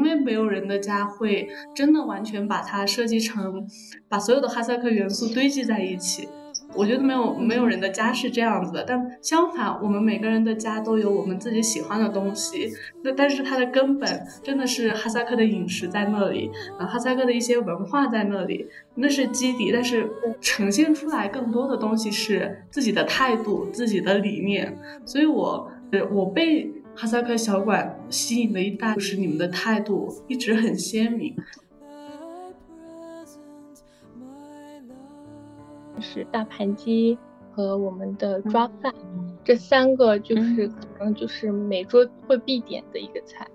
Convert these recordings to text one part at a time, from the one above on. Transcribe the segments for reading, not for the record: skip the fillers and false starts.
为没有人的家会真的完全把它设计成把所有的哈萨克元素堆积在一起。我觉得没有人的家是这样子的，但相反，我们每个人的家都有我们自己喜欢的东西。但是它的根本真的是哈萨克的饮食在那里，哈萨克的一些文化在那里，那是基底。但是呈现出来更多的东西是自己的态度、自己的理念。所以我被哈萨克小馆吸引的一大就是你们的态度一直很鲜明。 是大盘鸡和我们的抓饭，这三个就是可能就是每桌会必点的一个菜。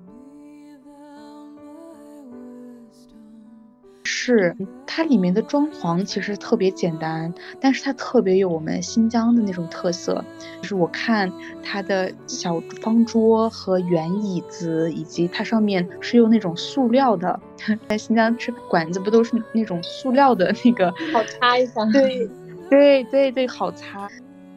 是它里面的装潢其实特别简单，但是它特别有我们新疆的那种特色。就是我看它的小方桌和圆椅子，以及它上面是用那种塑料的，在新疆吃馆子不都是那种塑料的那个， 好擦一下。 对对对对，好擦。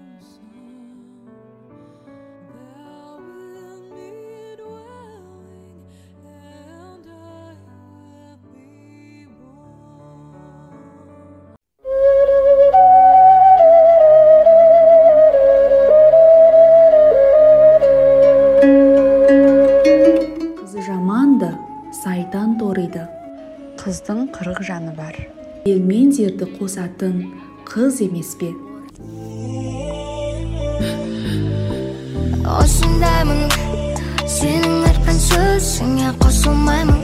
сайдан ториды. Қыздың 40 жаны бар. Ел мен жерді қосатын қыз емес пе? Осындаймын, сенің айтқан сөзіңе қосылмаймын.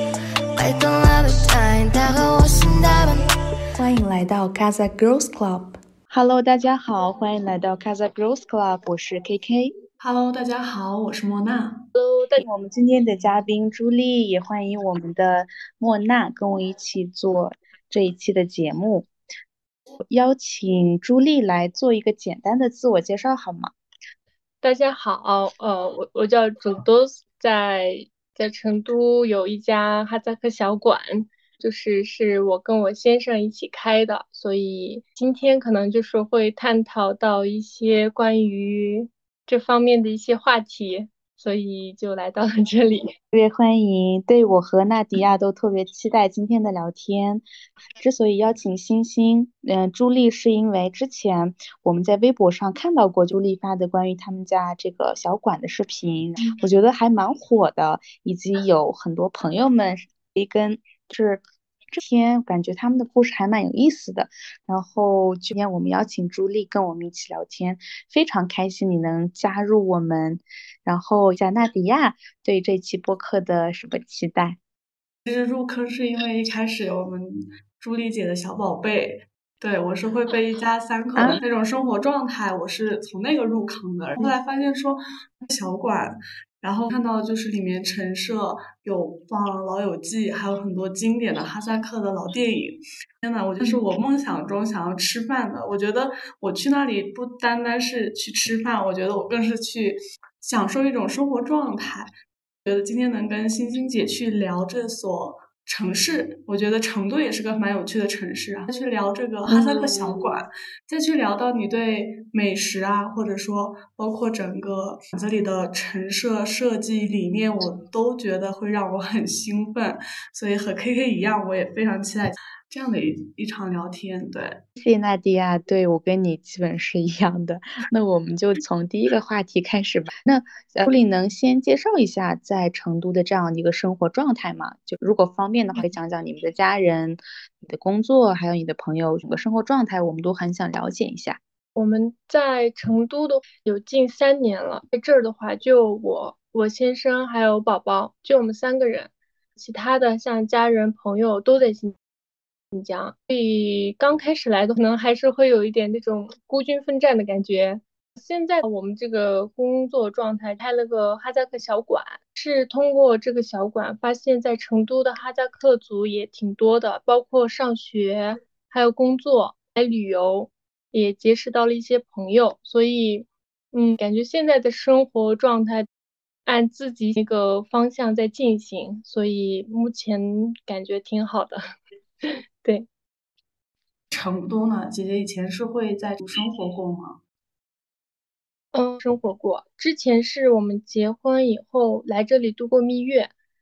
Қайталап айтайын, тағы осындаймын. 欢迎来到 Kazakh Girls Club. Hello， 大家好，欢迎来到 Kazakh Girls Club， 我是 KK。Hello， 大家好，我是莫娜。 我们今天的嘉宾朱莉，也欢迎我们的莫娜跟我一起做这一期的节目。邀请朱莉来做一个简单的自我介绍好吗？ 大家好，我叫主多斯，在成都有一家哈萨克小馆，是我跟我先生一起开的，所以今天可能就是会探讨到一些关于这方面的一些话题，所以就来到了这里。 特别欢迎，对，我和纳迪亚都特别期待今天的聊天。之所以邀请星星，朱莉是因为之前我们在微博上看到过朱莉发的关于他们家这个小馆的视频，我觉得还蛮火的，以及有很多朋友们就是之前感觉他们的故事还蛮有意思的。然后今天我们邀请朱莉跟我们一起聊天，非常开心你能加入我们。然后加纳迪亚对这期播客的什么期待？ 其实入坑是因为一开始我们朱莉姐的小宝贝，对，我是会被一家三口的那种生活状态，我是从那个入坑的。后来发现说小馆，然后看到就是里面陈设有放《老友记》，还有很多经典的哈萨克的老电影。天呐，这是我梦想中想要吃饭的。我觉得我去那里不单单是去吃饭，我觉得我更是去享受一种生活状态。觉得今天能跟星星姐去聊这所城市，我觉得成都也是个蛮有趣的城市啊。去聊这个哈萨克小馆，再去聊到你对美食啊，或者说包括整个馆子里的陈设设计理念，我都觉得会让我很兴奋。所以和 KK 一样，我也非常期待这样的一场聊天。对， 谢谢纳迪亚，对，我跟你基本是一样的。那我们就从第一个话题开始吧。那朱莉能先介绍一下在成都的这样一个生活状态吗？就如果方便的话，可以讲讲你们的家人、你的工作，还有你的朋友整个生活状态，我们都很想了解一下。 我们在成都的有近3年了，在这儿的话就我先生还有宝宝，就我们3个人，其他的像家人朋友都在新疆，所以刚开始来的可能还是会有一点那种孤军奋战的感觉。现在我们这个工作状态开了个哈萨克小馆，是通过这个小馆发现在成都的哈萨克族也挺多的，包括上学还有工作还旅游，也结识到了一些朋友，所以感觉现在的生活状态按自己那个方向在进行，所以目前感觉挺好的。对， 成都呢，姐姐以前是会在生活过吗？ 生活过。之前是我们结婚以后来这里度过蜜月，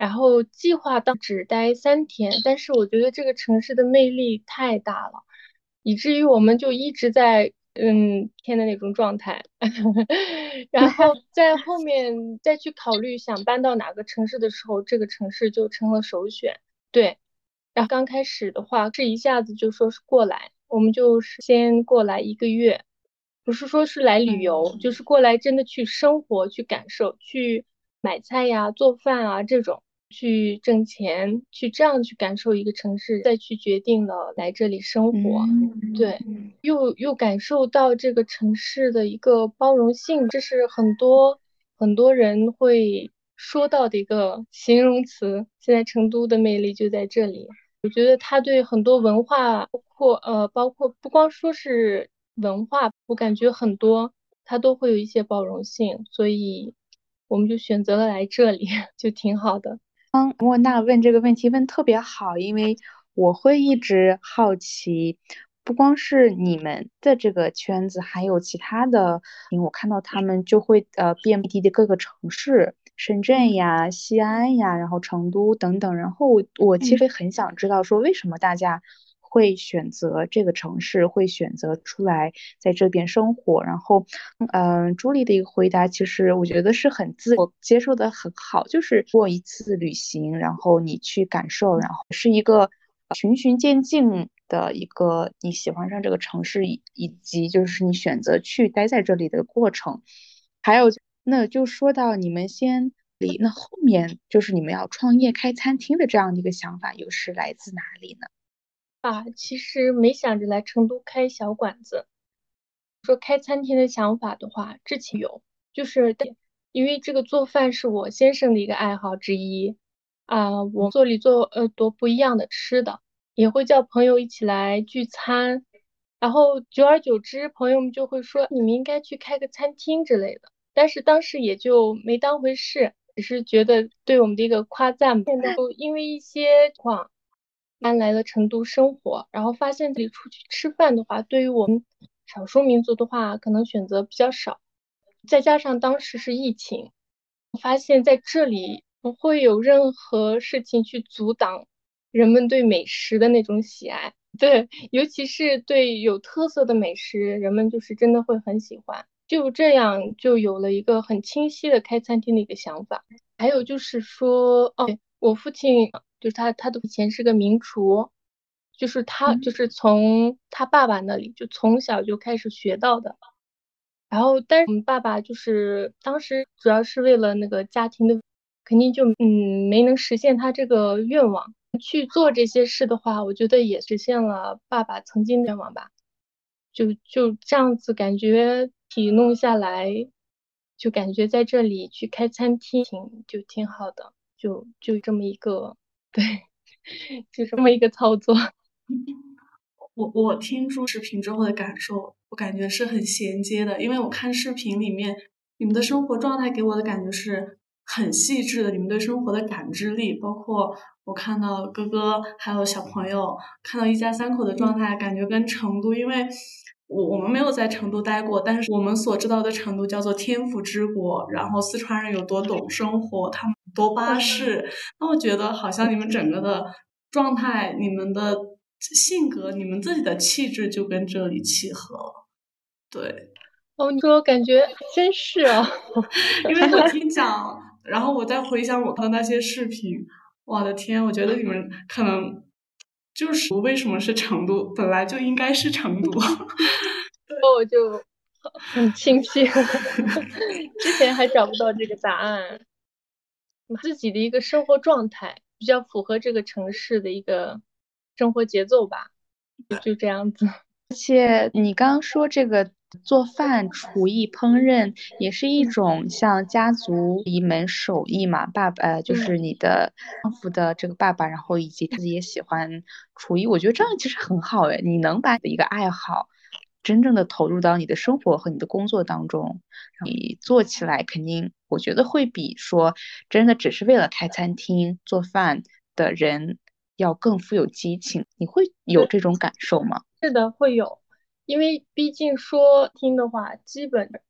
然后计划到只待3天，但是我觉得这个城市的魅力太大了，以至于我们就一直在天的那种状态，然后在后面再去考虑想搬到哪个城市的时候，这个城市就成了首选。对，然后刚开始的话是一下子就说是过来，我们就是先过来1个月，不是说是来旅游，就是过来真的去生活、去感受、去买菜呀、做饭啊这种，去挣钱，去这样去感受一个城市，再去决定了来这里生活。对，又感受到这个城市的一个包容性，这是很多人会说到的一个形容词。现在成都的魅力就在这里。我觉得他对很多文化，包括不光说是文化，我感觉很多他都会有一些包容性，所以我们就选择了来这里，就挺好的。 莫娜问这个问题问特别好，因为我会一直好奇，不光是你们的这个圈子，还有其他的，因为我看到他们就会遍地的各个城市，深圳呀、西安呀，然后成都等等，然后我其实很想知道说为什么大家会选择这个城市，会选择出来在这边生活。然后，朱莉的一个回答，其实我觉得是很我接受的很好，就是过一次旅行，然后你去感受，然后是一个循序渐进的一个你喜欢上这个城市，以及就是你选择去待在这里的过程。还有，那就说到你们那后面就是你们要创业开餐厅的这样的一个想法，又是来自哪里呢？ 其实没想着来成都开小馆子。说开餐厅的想法的话，之前有，就是因为这个做饭是我先生的一个爱好之一我做多不一样的吃的，也会叫朋友一起来聚餐，然后久而久之，朋友们就会说你们应该去开个餐厅之类的，但是当时也就没当回事，只是觉得对我们的一个夸赞。现在就因为一些况搬来了成都生活，然后发现这里出去吃饭的话，对于我们少数民族的话，可能选择比较少，再加上当时是疫情，我发现在这里不会有任何事情去阻挡人们对美食的那种喜爱。对，尤其是对有特色的美食，人们就是真的会很喜欢。就这样就有了一个很清晰的开餐厅的一个想法。还有就是说，我父亲就是他的以前是个名厨，就是他就是从他爸爸那里就从小就开始学到的。然后，但是我们爸爸就是当时主要是为了那个家庭的，肯定就没能实现他这个愿望。去做这些事的话，我觉得也实现了爸爸曾经的愿望吧。就这样子，感觉体弄下来，就感觉在这里去开餐厅就挺好的，就这么一个，对，就这么一个操作。 我听出视频之后的感受，我感觉是很衔接的，因为我看视频里面你们的生活状态给我的感觉是很细致的，你们对生活的感知力，包括我看到哥哥还有小朋友，看到一家三口的状态，感觉跟成都，因为我们没有在成都待过，但是我们所知道的成都叫做天府之国，然后四川人有多懂生活，他们多巴适，那我觉得好像你们整个的状态，你们的性格，你们自己的气质就跟这里契合了。对， 你说感觉真是哦， 因为我听讲，然后我再回想我看的那些视频，我的天，我觉得你们可能就是为什么是成都，本来就应该是成都。 我就很清晰，之前还找不到这个答案。自己的一个生活状态比较符合这个城市的一个生活节奏吧，就这样子。 而且你刚刚说这个做饭、厨艺、烹饪也是一种像家族一门手艺嘛。就是你的丈夫的这个爸爸，然后以及他自己也喜欢厨艺，我觉得这样其实很好诶。你能把你的一个爱好真正的投入到你的生活和你的工作当中，你做起来肯定我觉得会比说真的只是为了开餐厅做饭的人要更富有激情。你会有这种感受吗？ 是的，会有，因为毕竟说听的话，基本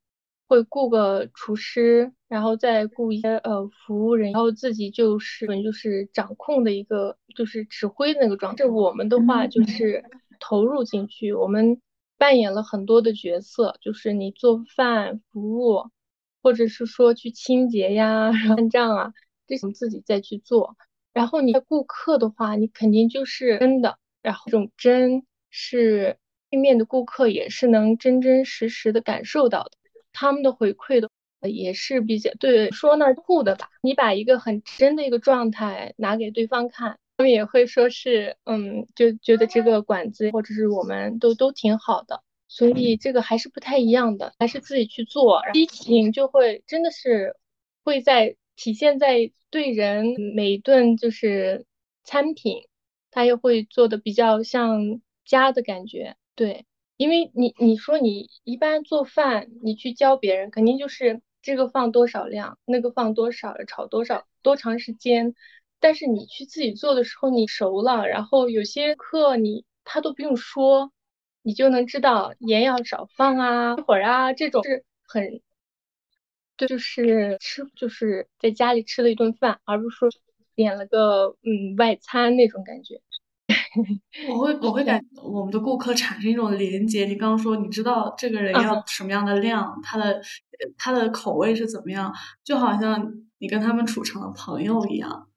会雇个厨师，然后再雇一些服务人，然后自己就是掌控的一个就是指挥的那个状态。这我们的话就是投入进去，我们扮演了很多的角色，就是你做饭、服务，或者是说去清洁呀、算账啊，这些我们自己再去做。然后你顾客的话，你肯定就是真的，然后这种真是对面的顾客也是能真真实实的感受到的。他们的回馈的也是比较对说那儿酷的吧。你把一个很真的一个状态拿给对方看，他们也会说是就觉得这个馆子或者是我们都挺好的。所以这个还是不太一样的，还是自己去做，激情就会真的是会体现在对人每一顿就是餐品，它又会做的比较像家的感觉，对。因为你说你一般做饭，你去教别人，肯定就是这个放多少量，那个放多少，炒多少多长时间。但是你去自己做的时候，你熟了，然后有些课他都不用说，你就能知道盐要少放啊，一会儿啊，这种是很就是就是在家里吃了一顿饭，而不是说点了个外餐那种感觉。 我会感觉我们的顾客产生一种连接。你刚刚说你知道这个人要什么样的量，他的口味是怎么样，就好像你跟他们处成了朋友一样。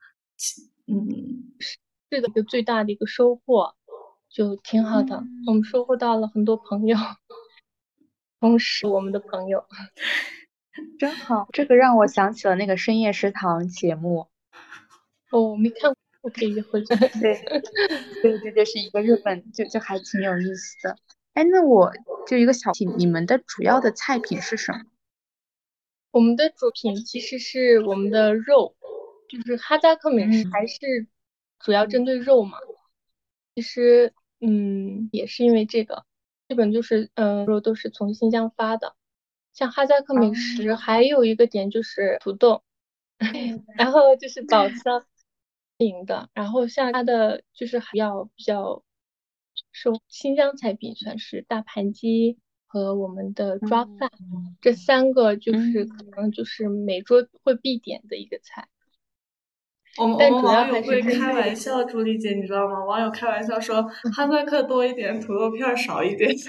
是的，一个最大的一个收获，就挺好的。我们收获到了很多朋友，同时我们的朋友。 真好，这个让我想起了那个深夜食堂节目。 我没看过，我可以约回去。 对，这是一个日本，就还挺有意思的。哎，那我就一个小题，你们的主要的菜品是什么？ 我们的主品其实是我们的肉，就是哈萨克美食还是主要针对肉嘛。其实也是因为这个，基本就是肉都是从新疆发的。像哈萨克美食还有一个点就是土豆，然后就是宝藏型的，然后像它的就是还要比较受新疆菜品，算是大盘鸡和我们的抓饭，这三个就是可能就是每桌会必点的一个菜。 我们但主要网友会还是针对开玩笑，朱莉姐，你知道吗？网友开玩笑说哈萨克多一点，土豆片少一点。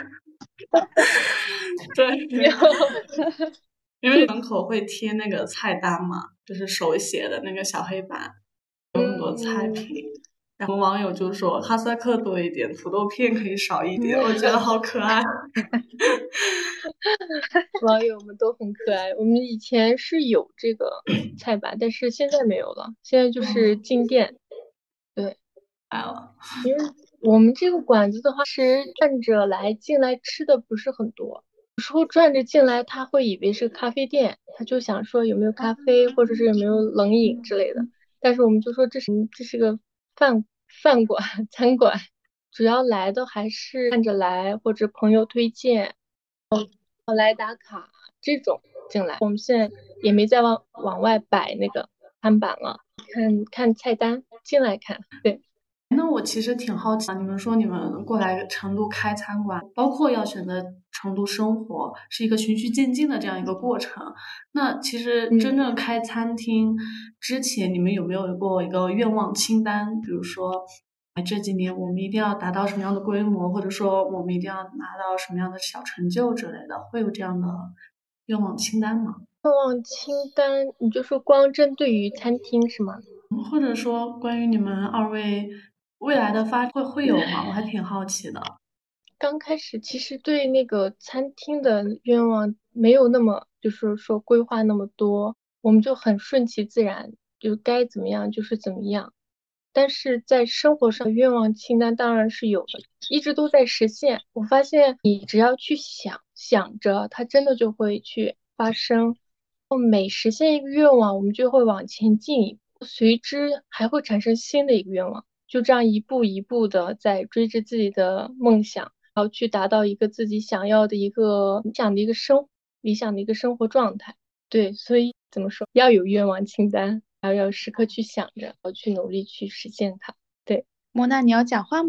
对，因为门口会贴那个菜单嘛，就是手写的那个小黑板，有很多菜品。然后网友就说哈萨克多一点，土豆片可以少一点，我觉得好可爱。 网友们都很可爱。我们以前是有这个菜吧，但是现在没有了，现在就是进店。对， 来了， 因为我们这个馆子的话，是转着进来吃的不是很多，有时候转着进来，他会以为是个咖啡店，他就想说有没有咖啡，或者是有没有冷饮之类的。但是我们就说这是个饭馆餐馆，主要来的还是看着来或者朋友推荐。来打卡这种进来，我们现在也没再往外摆那个看板了，看看菜单进来看。对， 那我其实挺好奇，你们说你们过来成都开餐馆，包括要选择成都生活，是一个循序渐进的这样一个过程。那其实真正开餐厅之前，你们有没有过一个愿望清单？比如说，这几年我们一定要达到什么样的规模，或者说我们一定要拿到什么样的小成就之类的，会有这样的愿望清单吗？ 愿望清单，你就说光针对于餐厅是吗？ 或者说关于你们二位未来的发展会有吗？我还挺好奇的。 刚开始其实对那个餐厅的愿望没有那么，就是说规划那么多，我们就很顺其自然，就该怎么样就是怎么样。但是在生活上的愿望清单当然是有的，一直都在实现。我发现你只要去想着，它真的就会去发生。每实现一个愿望，我们就会往前进一步，随之还会产生新的一个愿望，就这样一步一步的在追着自己的梦想。然后去达到一个自己想要的一个理想的一个生活状态。对，所以怎么说，要有愿望清单，然后要时刻去想着，要去努力去实现它。对， 莫娜，你要讲话吗？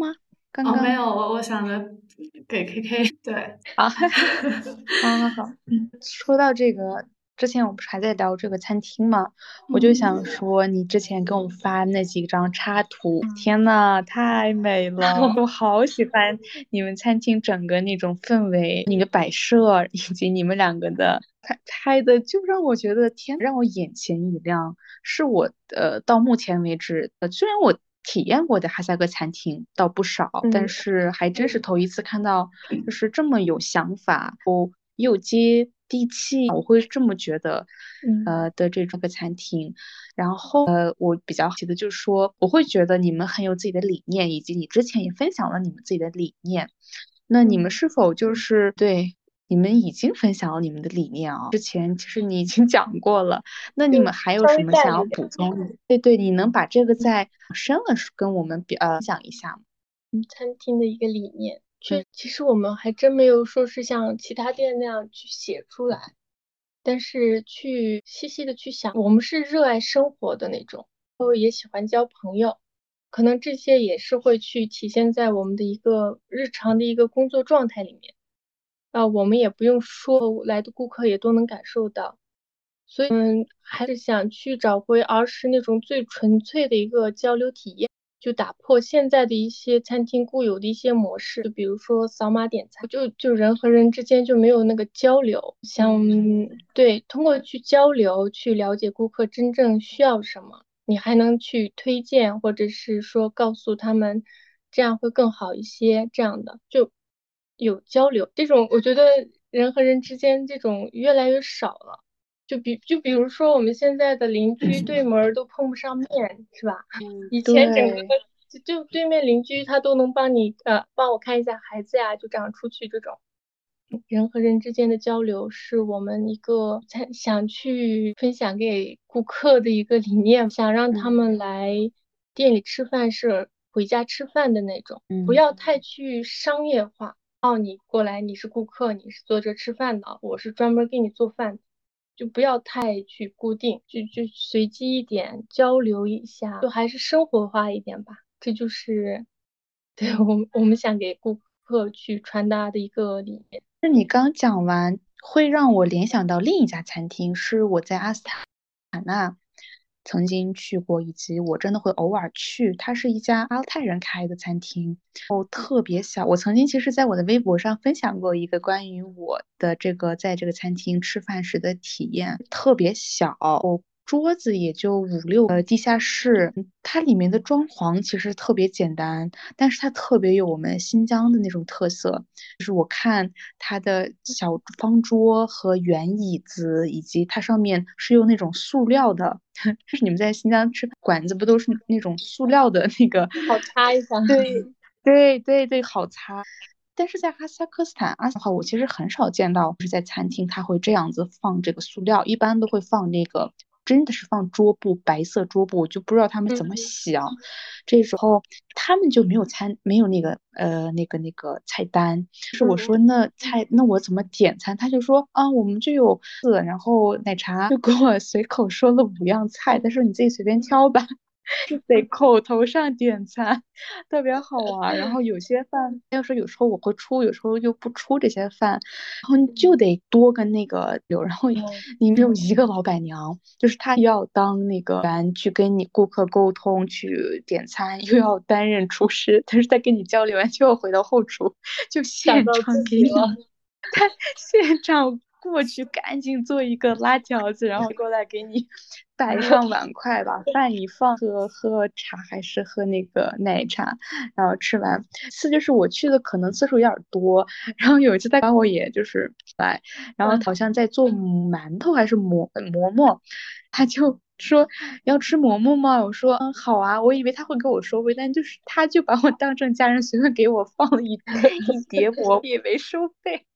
哦，没刚刚有，我想着给 KK，对， 啊，好，说到这个，之前我不是还在聊这个餐厅吗？我就想说，你之前给我发那几张插图，天呐，太美了！我好喜欢你们餐厅整个那种氛围，那个摆设，以及你们两个的拍的，就让我觉得天，让我眼前一亮。是我到目前为止，虽然我体验过的哈萨克餐厅倒不少，但是还真是头一次看到，就是这么有想法，又接地气，我会这么觉得，的这种个餐厅。然后我比较好奇的就是说，我会觉得你们很有自己的理念，以及你之前也分享了你们自己的理念。那你们是否就是对？你们已经分享了你们的理念啊，之前其实你已经讲过了。那你们还有什么想要补充的？对，你能把这个再深了跟我们讲一下吗？ 餐厅的一个理念，其实我们还真没有说是像其他店那样去写出来，但是去细细的去想，我们是热爱生活的那种，然后也喜欢交朋友，可能这些也是会去体现在我们的一个日常的一个工作状态里面。我们也不用说，来的顾客也都能感受到，所以还是想去找回儿时那种最纯粹的一个交流体验，就打破现在的一些餐厅固有的一些模式，就比如说扫码点餐，就人和人之间就没有那个交流，对，通过去交流去了解顾客真正需要什么，你还能去推荐或者是说告诉他们，这样会更好一些，这样的就有交流，这种我觉得人和人之间这种越来越少了。就比如说我们现在的邻居对门儿都碰不上面，是吧？以前整个就对面邻居他都能帮我看一下孩子呀，就这样出去这种。人和人之间的交流是我们一个想去分享给顾客的一个理念，想让他们来店里吃饭是回家吃饭的那种，不要太去商业化。你过来，你是顾客，你是坐这吃饭的，我是专门给你做饭的，就不要太去固定，就随机一点，交流一下，就还是生活化一点吧。这就是对我们想给顾客去传达的一个理念。 是你刚讲完，会让我联想到另一家餐厅，是我在阿斯塔纳曾经去过，以及我真的会偶尔去。它是一家阿泰人开的餐厅，特别小。我曾经其实在我的微博上分享过一个关于我的这个在这个餐厅吃饭时的体验，特别小。桌子也就5、6个，地下室，它里面的装潢其实特别简单，但是它特别有我们新疆的那种特色。就是我看它的小方桌和圆椅子，以及它上面是用那种塑料的，就是你们在新疆吃馆子不都是那种塑料的那个？ 好擦一下。 对，好擦。但是在哈萨克斯坦的话，我其实很少见到，就是在餐厅它会这样子放这个塑料，一般都会放那个，真的是放桌布，白色桌布，我就不知道他们怎么想。这时候他们就没有那个菜单，就是我说那我怎么点餐？他就说啊，我们就有然后奶茶，就给我随口说了5样菜，他说你自己随便挑吧。得口头上点餐，特别好玩。然后有些饭，要说有时候我会出，有时候又不出这些饭，然后你就得多跟那个然后你只有一个老板娘，就是她要当那个人去跟你顾客沟通，去点餐，又要担任厨师，但是在跟你交流完就要回到后厨，就现场给你，他现场过去赶紧做一个拉饺子，然后过来给你摆上碗筷，把饭一放，喝茶还是喝那个奶茶，然后吃完。就是我去的可能次数有点多，然后有一次他把我也就是来，然后好像在做馒头还是馍馍，他就说要吃馍馍吗？我说好啊，我以为他会给我收费，但就是他就把我当成家人，随便给我放了一碟馍，也没收费。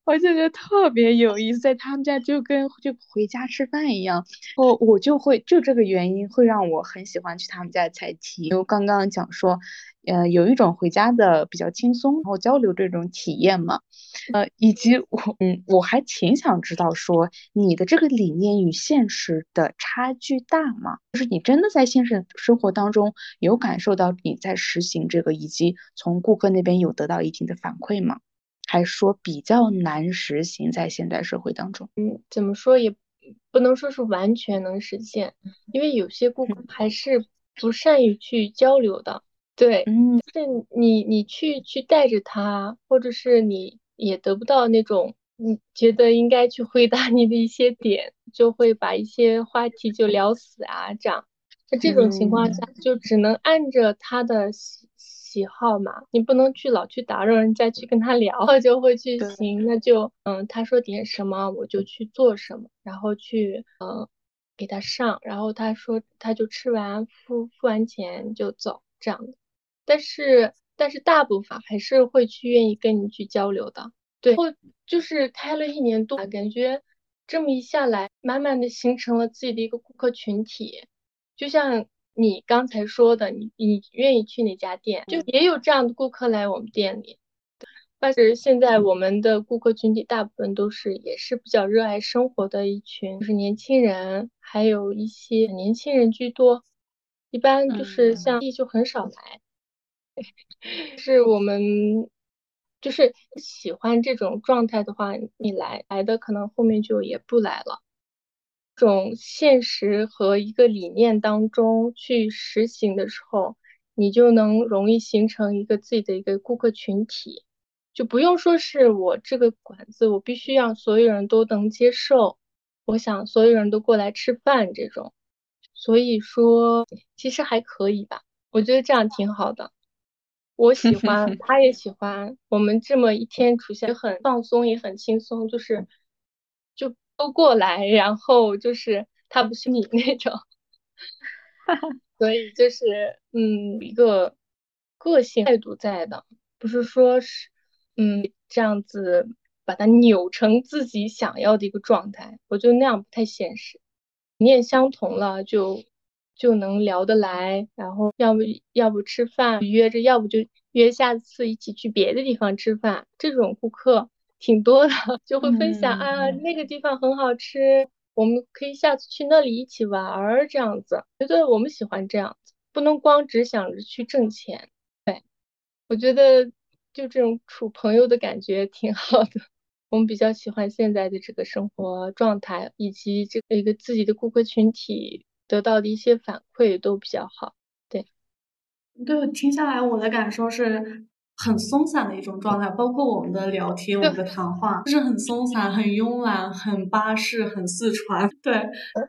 我就觉得特别有意思，在他们家就回家吃饭一样。我就会这个原因会让我很喜欢去他们家采题。因为刚刚讲说，有一种回家的比较轻松，然后交流这种体验嘛。以及我还挺想知道说你的这个理念与现实的差距大吗？就是你真的在现实生活当中有感受到你在实行这个，以及从顾客那边有得到一定的反馈吗？还是说比较难实行在现代社会当中？ 怎么说也不能说是完全能实现，因为有些顾客还是不善于去交流的。对，是你去带着他，或者是你也得不到那种你觉得应该去回答你的一些点，就会把一些话题就聊死啊，这样。那这种情况下，就只能按着他的喜好嘛，你不能老去打扰人家去跟他聊，就会去行，那就他说点什么我就去做什么，然后去给他上，然后他说他就吃完付完钱就走这样的。但是大部分还是会去愿意跟你去交流的。对，后就是开了1年多，感觉这么一下来，慢慢的形成了自己的一个顾客群体。就像你刚才说的，你愿意去哪家店，就也有这样的顾客来我们店里。但是现在我们的顾客群体大部分也是比较热爱生活的一群，就是年轻人，还有一些年轻人居多，一般就是像就很少来。是我们就是喜欢这种状态的话，你来的可能后面就也不来了。这种现实和一个理念当中去实行的时候，你就能容易形成一个自己的一个顾客群体，就不用说是我这个馆子我必须让所有人都能接受，我想所有人都过来吃饭这种。所以说其实还可以吧，我觉得这样挺好的。我喜欢，他也喜欢，我们这么一天处下很放松，也很轻松，就都过来，然后就是他不是你那种，所以就是一个个性态度在的，不是说是这样子把它扭成自己想要的一个状态，我觉得那样不太现实。理念相同了就能聊得来，然后要不吃饭约着，要不就约下次一起去别的地方吃饭。这种顾客挺多的，就会分享啊，那个地方很好吃，我们可以下次去那里一起玩儿，这样子。觉得我们喜欢这样子，不能光只想着去挣钱。对，我觉得就这种处朋友的感觉挺好的。我们比较喜欢现在的这个生活状态，以及这个一个自己的顾客群体得到的一些反馈都比较好。对， 对，我听下来我的感受是很松散的一种状态，包括我们的聊天、我们的谈话，就是很松散、很慵懒、很巴适、很四川。对，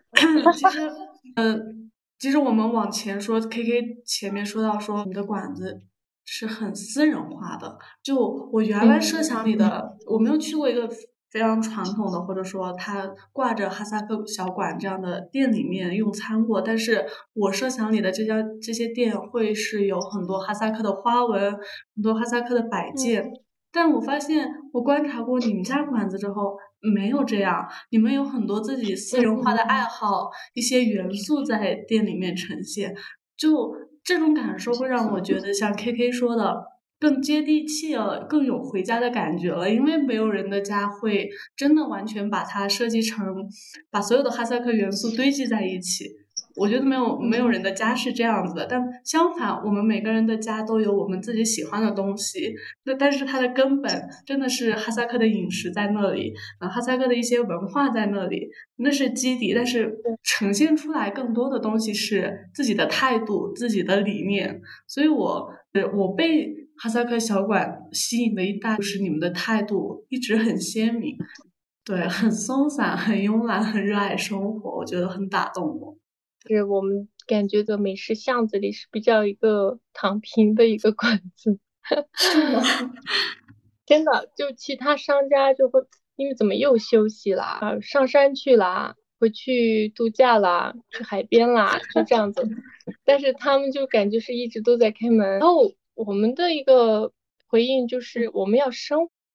其实我们往前说，KK 前面说到说我们的馆子是很私人化的。就我原来设想里的，我没有去过一个非常传统的，或者说它挂着哈萨克小馆这样的店里面用餐过，但是我设想里的这些店会是有很多哈萨克的花纹，很多哈萨克的摆件。但我发现，我观察过你们家馆子之后，没有这样。你们有很多自己私人化的爱好，一些元素在店里面呈现。就这种感受会让我觉得，像 KK 说的，更接地气了，更有回家的感觉了。因为没有人的家会真的完全把它设计成，把所有的哈萨克元素堆积在一起。我觉得没有人的家是这样子的，但相反，我们每个人的家都有我们自己喜欢的东西。但是它的根本真的是哈萨克的饮食在那里，哈萨克的一些文化在那里，那是基底。但是呈现出来更多的东西是自己的态度、自己的理念。所以我被哈萨克小馆吸引的一大就是你们的态度一直很鲜明，对，很松散、很慵懒、很热爱生活，我觉得很打动我。 是我们感觉的美食巷子里是比较一个躺平的一个馆子。 是吗？ 真的，就其他商家就会因为怎么又休息啦，上山去啦，回去度假啦，去海边啦，就这样子。但是他们就感觉是一直都在开门。然后我们的一个回应就是我们要生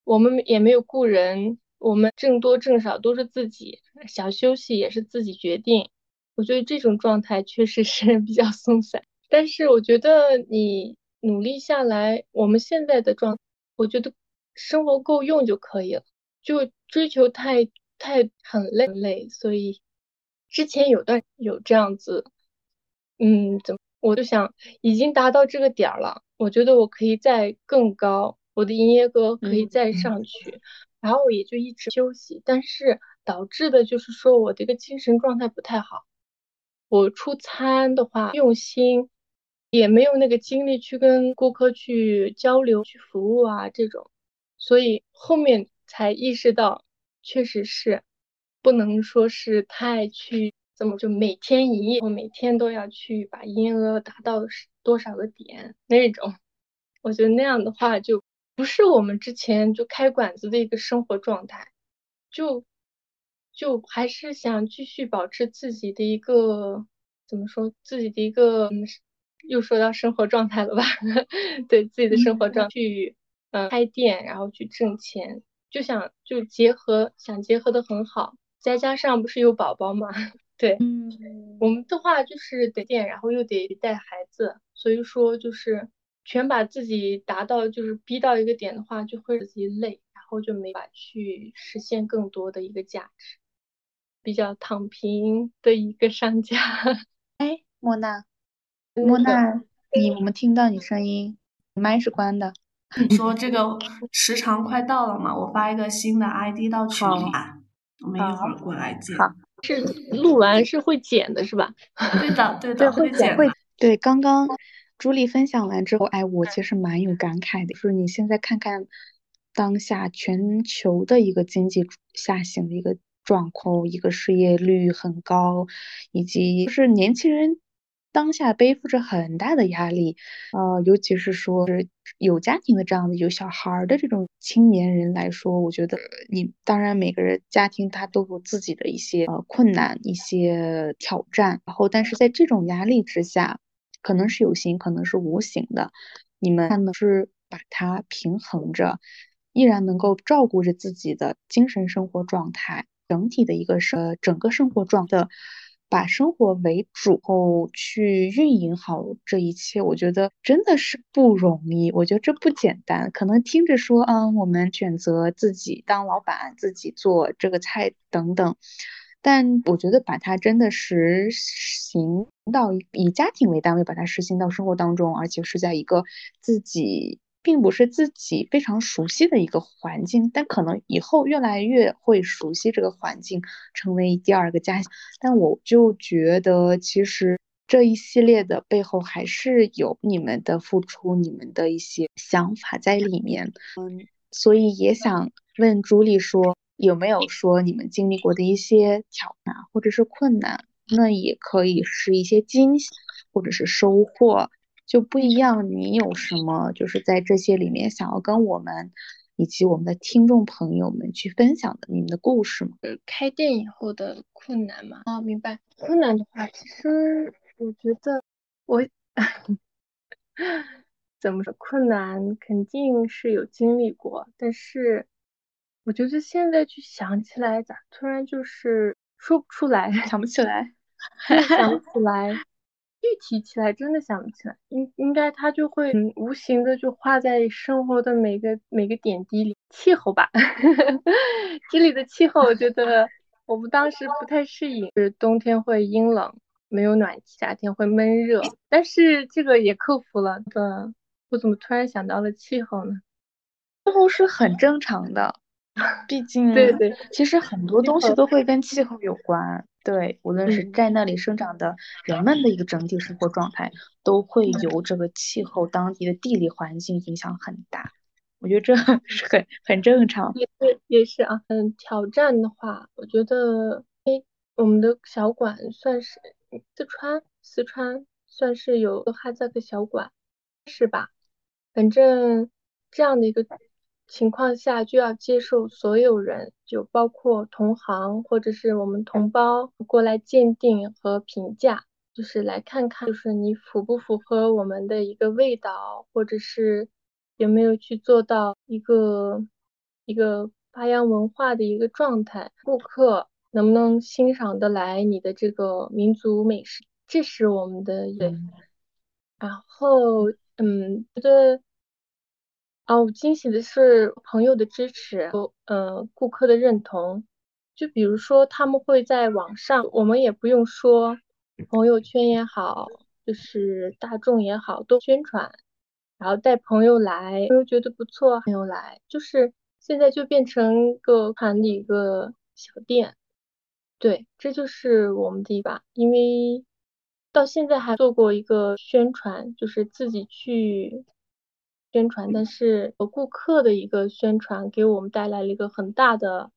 我们也没有雇人，我们挣多挣少都是自己，想休息也是自己决定。我觉得这种状态确实是比较松散，但是我觉得你努力下来，我们现在的状态，我觉得生活够用就可以了，就追求太很累，所以之前有这样子，我就想已经达到这个点儿了，我觉得我可以再更高，我的营业额可以再上去，然后我也就一直休息，但是导致的就是说我这个精神状态不太好。我出餐的话用心，也没有那个精力去跟顾客去交流、去服务啊这种，所以后面才意识到，确实是不能说是太去怎么就每天营业，我每天都要去把营业额达到多少个点那种，我觉得那样的话就不是我们之前就开馆子的一个生活状态。就就还是想继续保持自己的一个怎么说，自己的一个又说到生活状态了吧？对自己的生活状态去开店，然后去挣钱，想结合的很好，再加上不是有宝宝嘛，对，我们的话就是得店，然后又得带孩子，所以说就是全把自己达到就是逼到一个点的话，就会使自己累，然后就没法去实现更多的一个价值，比较躺平的一个商家。 莫娜， 那个我们听到你声音，麦是关的。 你说这个时长快到了嘛？我发一个新的 ID 到群里啊，我们一会儿过来见。 好， 是录完是会剪的是吧？ 对的，对对， 的，会剪的。 对，刚刚朱莉分享完之后，我其实蛮有感慨的，就是你现在看看当下全球的一个经济下行的一个状况，一个失业率很高，以及就是年轻人当下背负着很大的压力，尤其是说是有家庭的这样的有小孩儿的这种青年人来说，我觉得当然每个人家庭他都有自己的一些困难、一些挑战，然后但是在这种压力之下，可能是有形，可能是无形的，你们看的是把它平衡着，依然能够照顾着自己的精神生活状态。整个生活状态，把生活为主后去运营好这一切，我觉得真的是不容易。我觉得这不简单。可能听着说，我们选择自己当老板，自己做这个菜等等，但我觉得把它真的实行到以家庭为单位，把它实行到生活当中，而且是在一个并不是自己非常熟悉的一个环境，但可能以后越来越会熟悉这个环境，成为第二个家乡。但我就觉得，其实这一系列的背后还是有你们的付出，你们的一些想法在里面。所以也想问朱莉说，有没有说你们经历过的一些挑战或者是困难？那也可以是一些惊喜或者是收获。就不一样，你有什么就是在这些里面想要跟我们以及我们的听众朋友们去分享的你们的故事吗？ 开店以后的困难嘛？哦，明白。困难的话，其实我觉得我怎么说，困难肯定是有经历过，但是我觉得现在去想起来，咋突然就是说不出来， 想不起来。 对，想不起来，具体起来真的想不起来，应该它就会无形的就画在生活的每个点滴里。气候吧，这里的气候我觉得我们当时不太适应，就是冬天会阴冷，没有暖气，夏天会闷热，但是这个也克服了。我怎么突然想到了气候呢？ 气候是很正常的，毕竟对对， 其实很多东西都会跟气候有关。对，无论是嗯， 在那里生长的人们的一个整体生活状态，都会由这个气候当地的地理环境影响很大。我觉得这是很正常。 也是啊。挑战的话，我觉得，我们的小馆算是四川算是有个哈萨克小馆，是吧？反正这样的一个情况下，就要接受所有人，就包括同行或者是我们同胞过来鉴定和评价，就是来看看，就是你符不符合我们的一个味道，或者是有没有去做到一个一个发扬文化的一个状态，顾客能不能欣赏得来你的这个民族美食，这是我们的然后觉得我惊喜的是朋友的支持，顾客的认同。就比如说，他们会在网上，我们也不用说，朋友圈也好，就是大众也好，都宣传，然后带朋友来，朋友觉得不错，朋友来，就是现在就变成一个团的一个小店。对，这就是我们的一把，因为到现在还做过一个宣传，就是自己去宣传，但是顾客的一个宣传给我们带来了一个很大的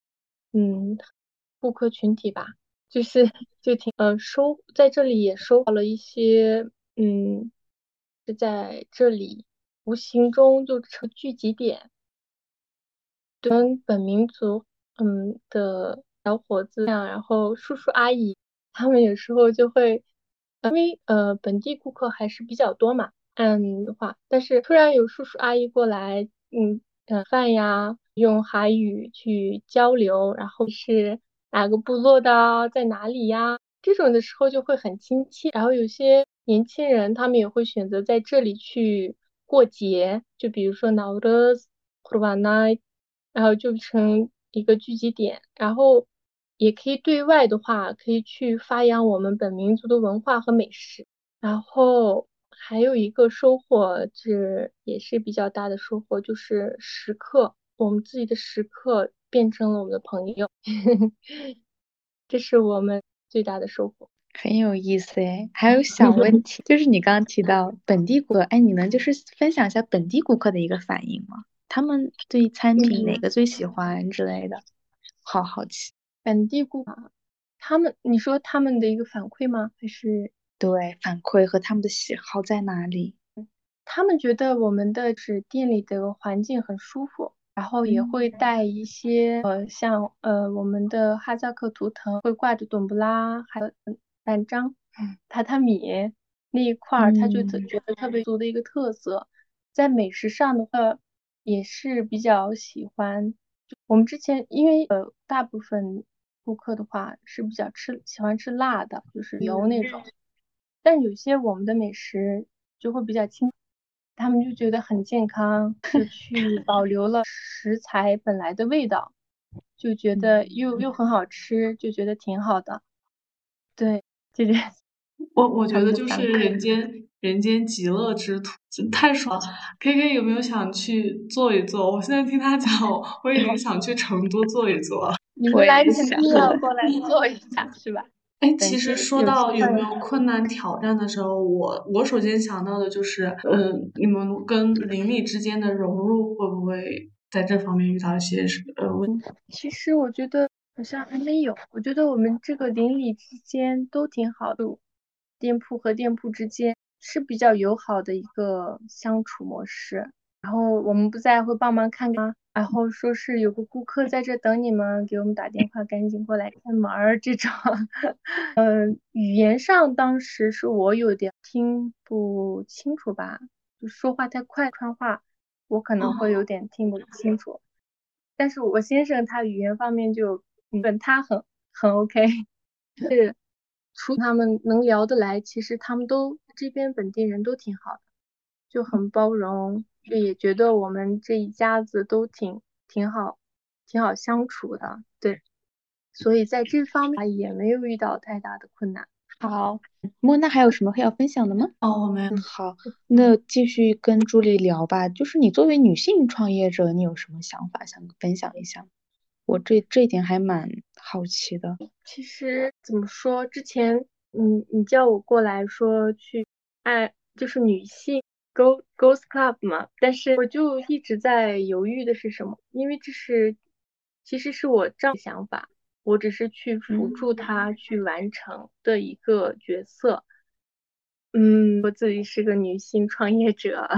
顾客群体吧，就是就挺在这里也收到了一些是在这里无形中就成聚集点。对我们本民族的小伙子呀，然后叔叔阿姨，他们有时候就会，因为本地顾客还是比较多嘛，的话，但是突然有叔叔阿姨过来，饭呀，用韩语去交流，然后是哪个部落的啊，在哪里呀，这种的时候就会很亲切。然后有些年轻人他们也会选择在这里去过节，就比如说 Nowruz、Kurban Night。然后就成一个聚集点，然后也可以对外的话，可以去发扬我们本民族的文化和美食。然后还有一个收获，这也是比较大的收获，就是食客，我们自己的食客变成了我们的朋友，这是我们最大的收获。 很有意思诶。还有小问题，就是你刚刚提到本地顾客，哎，你能就是分享一下本地顾客的一个反应吗？他们对餐品哪个最喜欢之类的，好奇。 本地顾客，你说他们的一个反馈吗？还是对，反馈和他们的喜好在哪里？ 他们觉得我们的店里的环境很舒服，然后也会带一些像我们的哈萨克图腾会挂着董布拉，还有板樟、榻榻米那一块儿，他就觉得特别族的一个特色。在美食上的话，也是比较喜欢。我们之前因为大部分顾客的话是比较喜欢吃辣的，就是油那种，但有些我们的美食就会比较清。他们就觉得很健康，就去保留了食材本来的味道，就觉得又很好吃，就觉得挺好的。对，这是我觉他们的得就是反馈。 人间极乐之途，真太爽了。K K 有没有想去做一做？我现在听他讲，我已经想去成都做一做了。 你们来成都要过来做一下是吧？ 哎， 等其实是有说到机会。 有没有困难挑战的时候，我首先想到的就是，你们跟邻里之间的融入会不会在这方面遇到一些问题？ 其实我觉得好像还没有，我觉得我们这个邻里之间都挺好的，店铺和店铺之间是比较友好的一个相处模式。然后我们不在会帮忙看看，然后说是有个顾客在这等你们，给我们打电话，赶紧过来开门儿这种。语言上当时是我有点听不清楚吧，就说话太快，川话我可能会有点听不清楚。但是我先生他语言方面就，他很 OK，是除他们能聊得来，其实他们都这边本地人都挺好的，就很包容，就也觉得我们这一家子都挺好，挺好相处的，对，所以在这方面也没有遇到太大的困难。 好，莫娜还有什么要分享的吗？ 哦，我们好，那继续跟朱莉聊吧。就是你作为女性创业者，你有什么想法想分享一下？我这一点还蛮好奇的。 其实怎么说，之前你叫我过来说去就是女性 Girls Club 嘛，但是我就一直在犹豫的是什么，因为其实是我丈夫的想法，我只是去辅助他去完成的一个角色。我自己是个女性创业者，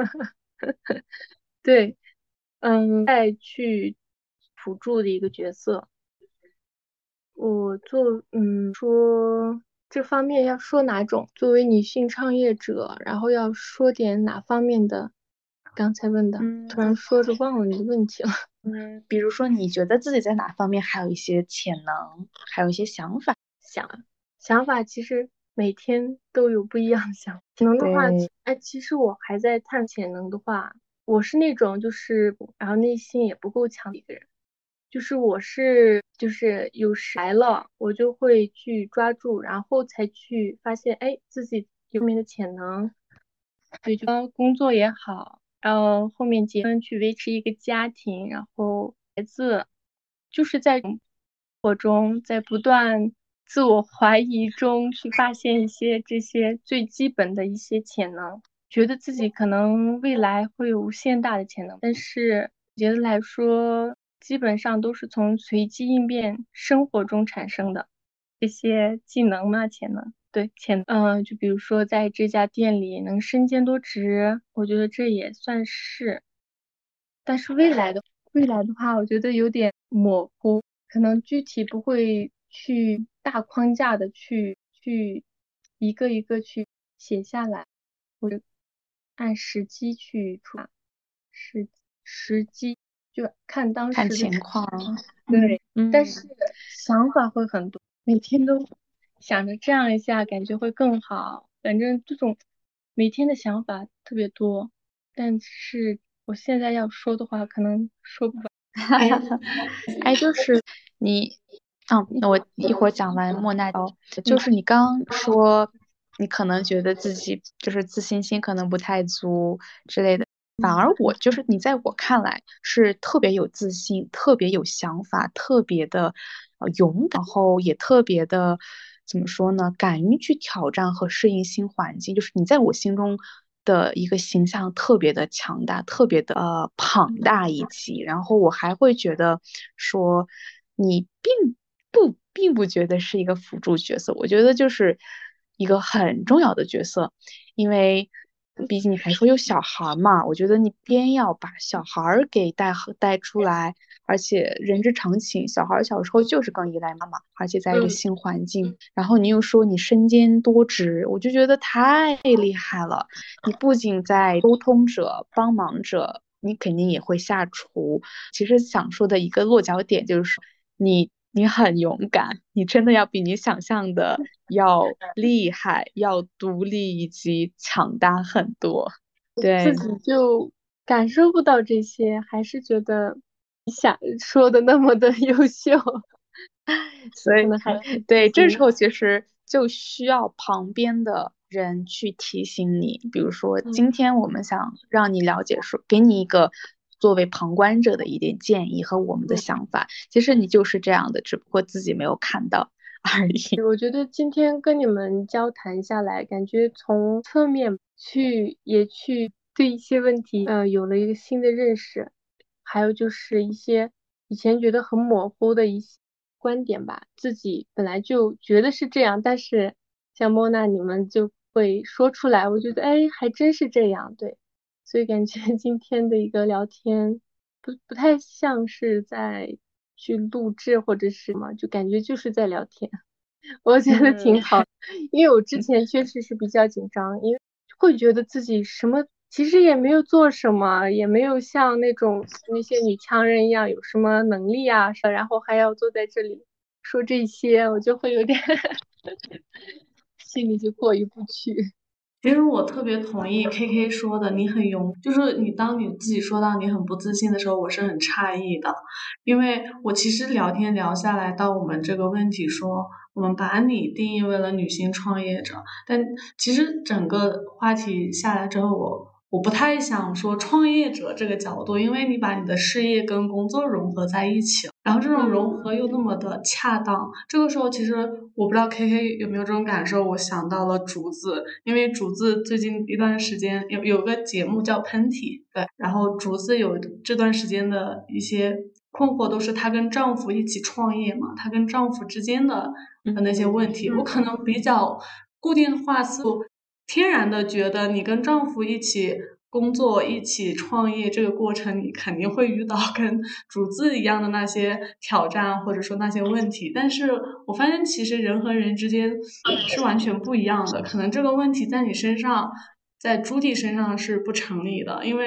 对，再去辅助的一个角色。我说这方面要说哪种？作为女性创业者，然后要说点哪方面的？ 刚才问的，突然说着忘了你的问题了。 比如说你觉得自己在哪方面还有一些潜能，还有一些想法？ 想法其实每天都有不一样的想法。潜能的话，其实我还在探潜能的话，我是那种然后内心也不够强的一个人。我是有时来了，我就会去抓住，然后才去发现，自己有面的潜能。对，就工作也好，然后后面结婚去维持一个家庭，然后孩子，就是在生活中，在不断自我怀疑中去发现一些这些最基本的一些潜能，觉得自己可能未来会有无限大的潜能，但是觉得来说，基本上都是从随机应变生活中产生的这些技能嘛，潜能。对，就比如说在这家店里能身兼多职，我觉得这也算是。但是未来的话，我觉得有点模糊，可能具体不会去大框架的去一个一个去写下来，或者按时机去出发，时机就看当时的情况。 对，但是想法会很多，每天都想着这样一下感觉会更好，反正这种每天的想法特别多，但是我现在要说的话可能说不完。 就是你，那我一会儿讲完莫娜就是你刚说你可能觉得自己就是自信心可能不太足之类的，反而我就是你在我看来是特别有自信，特别有想法，特别的勇敢，然后也特别的怎么说呢，敢于去挑战和适应新环境，就是你在我心中的一个形象特别的强大，特别的庞大一级，然后我还会觉得说你并不觉得是一个辅助角色，我觉得就是一个很重要的角色，因为毕竟你还说有小孩嘛，我觉得你偏要把小孩给带出来，而且人之常情，小孩小时候就是更依赖妈妈，而且在一个新环境，然后你又说你身兼多职，我就觉得太厉害了。你不仅在沟通者、帮忙者，你肯定也会下厨。其实想说的一个落脚点就是你很勇敢，你真的要比你想象的要厉害，要独立以及强大很多。对， 自己就感受不到这些，还是觉得你想说的那么的优秀， 所以可能还对，这时候其实就需要旁边的人去提醒你，比如说今天我们想让你了解说，给你一个作为旁观者的一点建议和我们的想法，其实你就是这样的，只不过自己没有看到而已。 我觉得今天跟你们交谈下来，感觉从侧面也去对一些问题有了一个新的认识，还有就是一些以前觉得很模糊的一些观点吧，自己本来就觉得是这样，但是像莫娜你们就会说出来，我觉得还真是这样，对，所以感觉今天的一个聊天不太像是在去录制或者是什么，就感觉就是在聊天。我觉得挺好，因为我之前确实是比较紧张，因为会觉得自己其实也没有做什么，也没有像那些女强人一样有什么能力啊，然后还要坐在这里说这些，我就会有点心里就过意不去。 其实我特别同意 KK 说的，你很勇，就是当你自己说到你很不自信的时候，我是很诧异的，因为我其实聊天聊下来到我们这个问题说，我们把你定义为了女性创业者，但其实整个话题下来之后，我不太想说创业者这个角度，因为你把你的事业跟工作融合在一起了，然后这种融合又那么的恰当，这个时候其实我不知道 KK 有没有这种感受，我想到了竹子，因为竹子最近一段时间有个节目叫喷嚏，对，然后竹子有这段时间的一些困惑都是她跟丈夫一起创业嘛，她跟丈夫之间的那些问题，我可能比较固定化思路，天然的觉得你跟丈夫一起工作一起创业这个过程，你肯定会遇到跟竹子一样的那些挑战或者说那些问题，但是我发现其实人和人之间是完全不一样的，可能这个问题在你身上在朱棣身上是不成立的，因为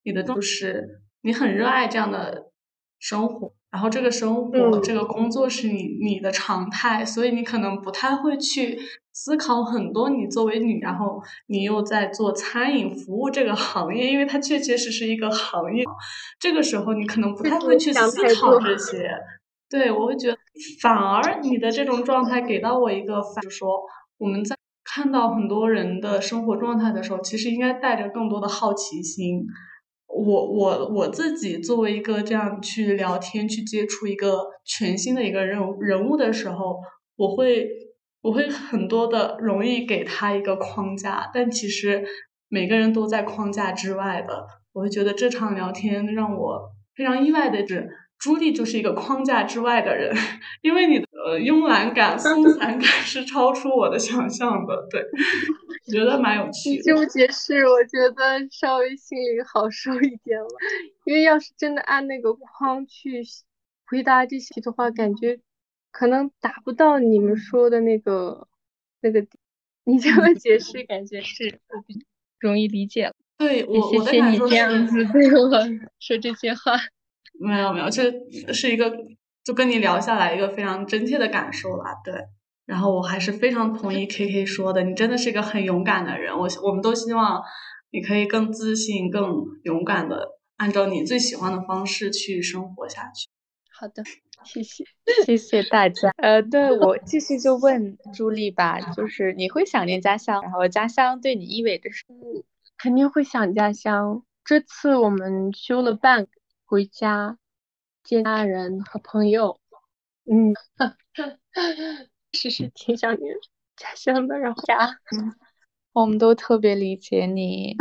你的就是你很热爱这样的生活，然后这个生活这个工作是你的常态，所以你可能不太会去思考很多。你作为女，然后你又在做餐饮服务这个行业，因为它确确实实一个行业，这个时候你可能不太会去思考这些。对，我会觉得反而你的这种状态给到我一个就是说我们在看到很多人的生活状态的时候，其实应该带着更多的好奇心。我自己作为一个这样去聊天、去接触一个全新的一个人物的时候，我会很多的容易给他一个框架，但其实每个人都在框架之外的。我会觉得这场聊天让我非常意外的是，朱莉就是一个框架之外的人，因为你的慵懒感、松散感是超出我的想象的。对，我觉得蛮有趣的。 你这么解释，我觉得稍微心里好受一点了。因为要是真的按那个框去回答这些题的话，感觉可能达不到你们说的那个点。你这么解释，感觉是我比较容易理解了。 对，我的谢谢你感受是这样子对我说这些话。 没有，这是一个就跟你聊下来一个非常真切的感受啦。对，然后我还是非常同意 KK 说的，你真的是一个很勇敢的人。我们都希望你可以更自信、更勇敢的按照你最喜欢的方式去生活下去。 好的，谢谢， 谢谢大家。对，我继续就问朱莉吧，就是你会想念家乡，然后家乡对你意味着什么？ 肯定会想家乡。这次我们休了半个回家见家人和朋友，是挺想念家乡的。然后家， 我们都特别理解你。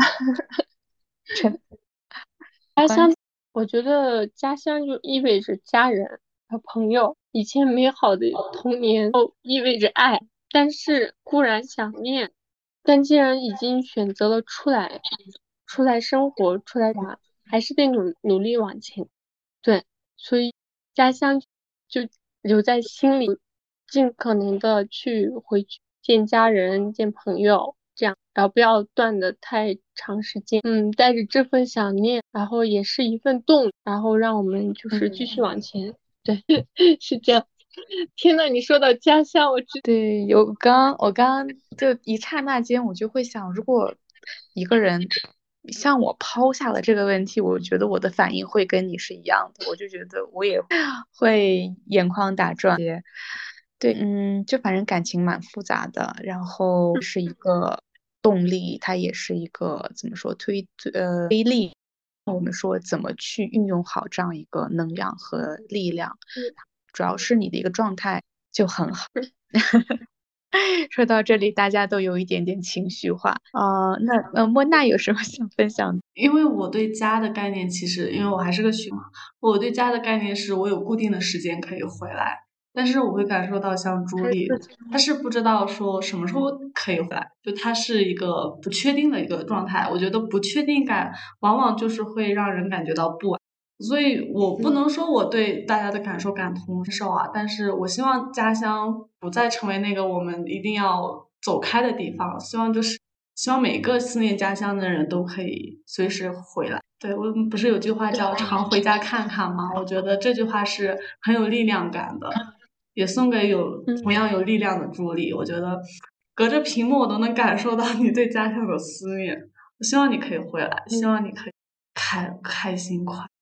家乡，我觉得家乡就意味着家人和朋友，以前美好的童年都意味着爱，但是固然想念，但既然已经选择了出来生活，出来玩，还是得努力往前。对，所以家乡就留在心里，尽可能的去回去见家人、见朋友，这样，然后不要断的太长时间。带着这份想念，然后也是一份动力，然后让我们就是继续往前。对，是这样。天呐，你说到家乡， 对，我刚就一刹那间，我就会想，如果一个人向我抛下了这个问题，我觉得我的反应会跟你是一样的，我就觉得我也会眼眶打转。对，就反正感情蛮复杂的，然后是一个动力，它也是一个怎么说推力。我们说怎么去运用好这样一个能量和力量，主要是你的一个状态就很好。说到这里，大家都有一点点情绪化。那莫娜有什么想分享的？ 因为我对家的概念，其实因为我还是个学嘛，我对家的概念是我有固定的时间可以回来，但是我会感受到像朱莉，她是不知道说什么时候可以回来，就她是一个不确定的一个状态。我觉得不确定感往往就是会让人感觉到不安。所以我不能说我对大家的感受感同身受啊，但是我希望家乡不再成为那个我们一定要走开的地方，希望每个思念家乡的人都可以随时回来。对，我不是有句话叫常回家看看吗？我觉得这句话是很有力量感的，也送给同样有力量的朱莉。我觉得隔着屏幕我都能感受到你对家乡的思念，我希望你可以回来，希望你可以开心快乐。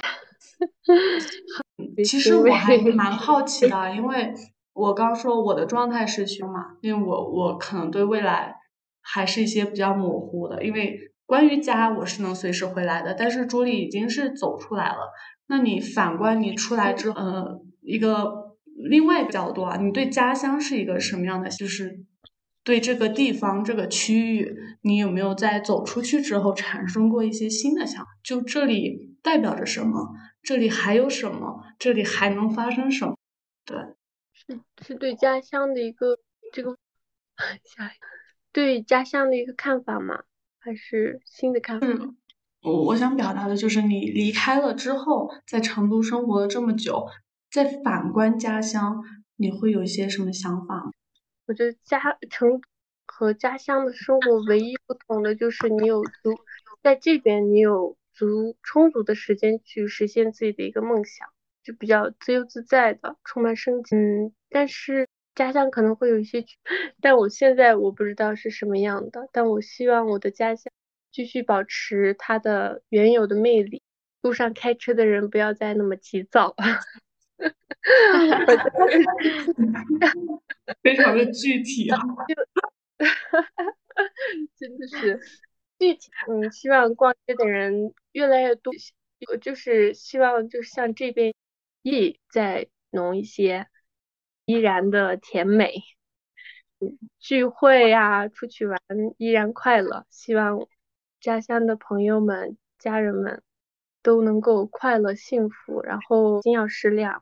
其实我还蛮好奇的，因为我刚说我的状态是凶嘛，因为我可能对未来还是一些比较模糊的，因为关于家我是能随时回来的，但是朱莉已经是走出来了。那你反观你出来之后，一个另外一个角度啊，你对家乡是一个什么样的？就是对这个地方这个区域，你有没有在走出去之后产生过一些新的想法？就这里代表着什么？这里还有什么？这里还能发生什么？对， 是对家乡的一个对家乡的一个看法吗？还是新的看法？ 我想表达的就是你离开了之后，在成都生活了这么久，再反观家乡，你会有一些什么想法吗？ 我觉得成都和家乡的生活唯一不同的就是在这边你有充足的时间去实现自己的一个梦想，就比较自由自在的，充满生机。但是家乡可能会有一些但我现在我不知道是什么样的，但我希望我的家乡继续保持它的原有的魅力。路上开车的人不要再那么急躁。 非常的具体啊。 真的是具体，希望逛街的人越来越多，我就是希望就是像这边再浓一些，依然的甜美，聚会啊，出去玩依然快乐，希望家乡的朋友们、家人们都能够快乐幸福，然后心要适量。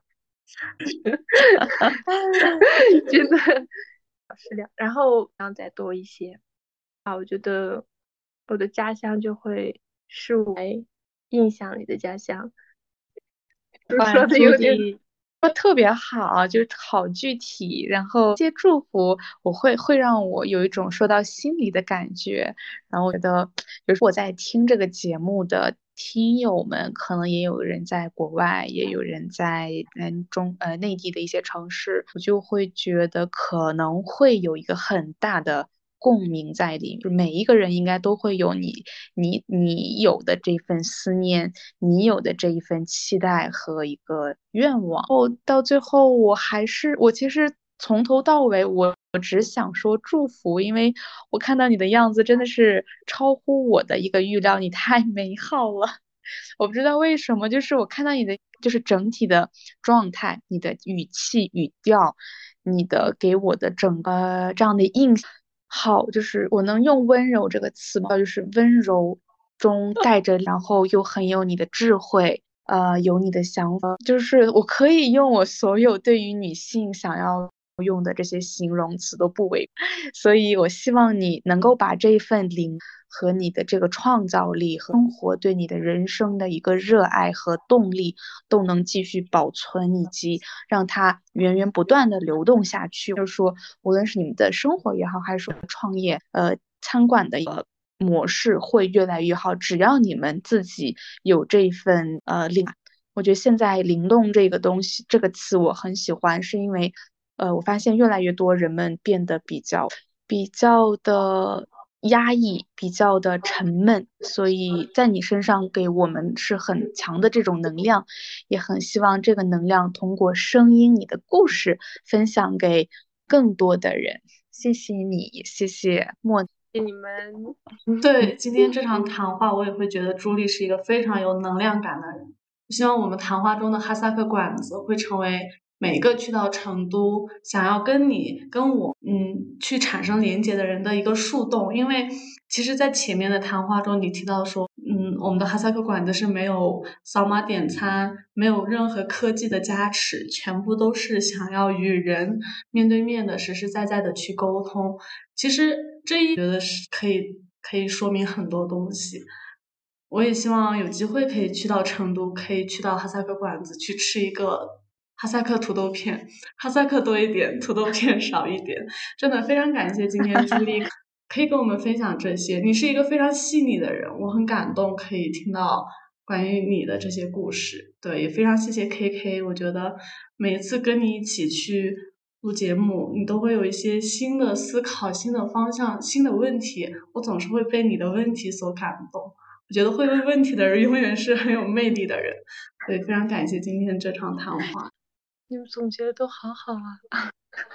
真的适量，然后再多一些啊，我觉得我的家乡就会是我印象里的家乡。说的朱有点莉说特别好，就是好具体，然后这些祝福会让我有一种说到心里的感觉。然后我觉得，就是我在听这个节目的听友们，可能也有人在国外，也有人在内地的一些城市，我就会觉得可能会有一个很大的共鸣在里面，就每一个人应该都会有你有的这份思念，你有的这一份期待和一个愿望。到最后，我其实从头到尾我只想说祝福，因为我看到你的样子真的是超乎我的一个预料，你太美好了。我不知道为什么，就是我看到你的就是整体的状态，你的语气语调，你的给我的整个这样的印象。好，就是我能用温柔这个词吗？就是温柔中带着，然后又很有你的智慧，有你的想法，就是我可以用我所有对于女性想要用的这些形容词都不为，所以我希望你能够把这一份灵和你的这个创造力和生活对你的人生的一个热爱和动力都能继续保存，以及让它源源不断的流动下去。就是说，无论是你们的生活也好，还是说创业，餐馆的一个模式会越来越好，只要你们自己有这一份灵。我觉得现在灵动这个东西，这个词我很喜欢，是因为我发现越来越多人们变得比较的压抑，比较的沉闷，所以在你身上给我们是很强的这种能量，也很希望这个能量通过声音、你的故事分享给更多的人。谢谢你，谢谢莫。 谢你们。 对，今天这场谈话，我也会觉得朱莉是一个非常有能量感的人。希望我们谈话中的哈萨克馆子会成为每个去到成都想要跟你跟我去产生连接的人的一个树洞。因为其实在前面的谈话中你提到说我们的哈萨克馆子是没有扫码点餐，没有任何科技的加持，全部都是想要与人面对面的实实在在的去沟通。其实这一觉得是可以说明很多东西。我也希望有机会可以去到成都，可以去到哈萨克馆子去吃一个哈萨克土豆片，哈萨克多一点，土豆片少一点。真的非常感谢今天朱莉可以跟我们分享这些，你是一个非常细腻的人，我很感动可以听到关于你的这些故事。对，也非常谢谢 KK， 我觉得每一次跟你一起去录节目，你都会有一些新的思考、新的方向、新的问题，我总是会被你的问题所感动。我觉得会问问题的人永远是很有魅力的人。所以非常感谢今天这场谈话。 你们总结的都好好啊。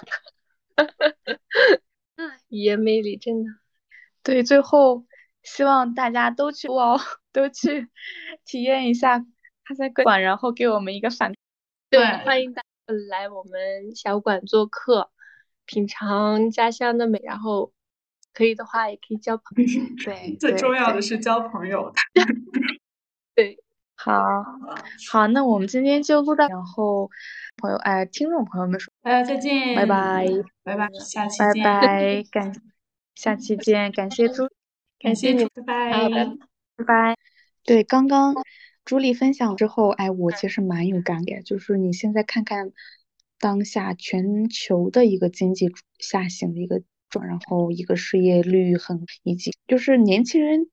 语言魅力真的。 对，最后希望大家都去都去体验一下哈萨克馆，然后给我们一个反。 对，欢迎大家来我们小馆做客，品尝家乡的美，然后可以的话也可以交朋友。 对， 最重要的是交朋友。 对， 好，那我们今天就录到，然后听众朋友们说， 大家再见， 拜拜， 拜拜，下期见， 拜拜，下期见，感谢朱， 感谢你，拜拜， 拜拜。对，刚刚朱莉分享之后，我其实蛮有感慨，就是你现在看看当下全球的一个经济下行的一个状，然后一个失业率以及就是年轻人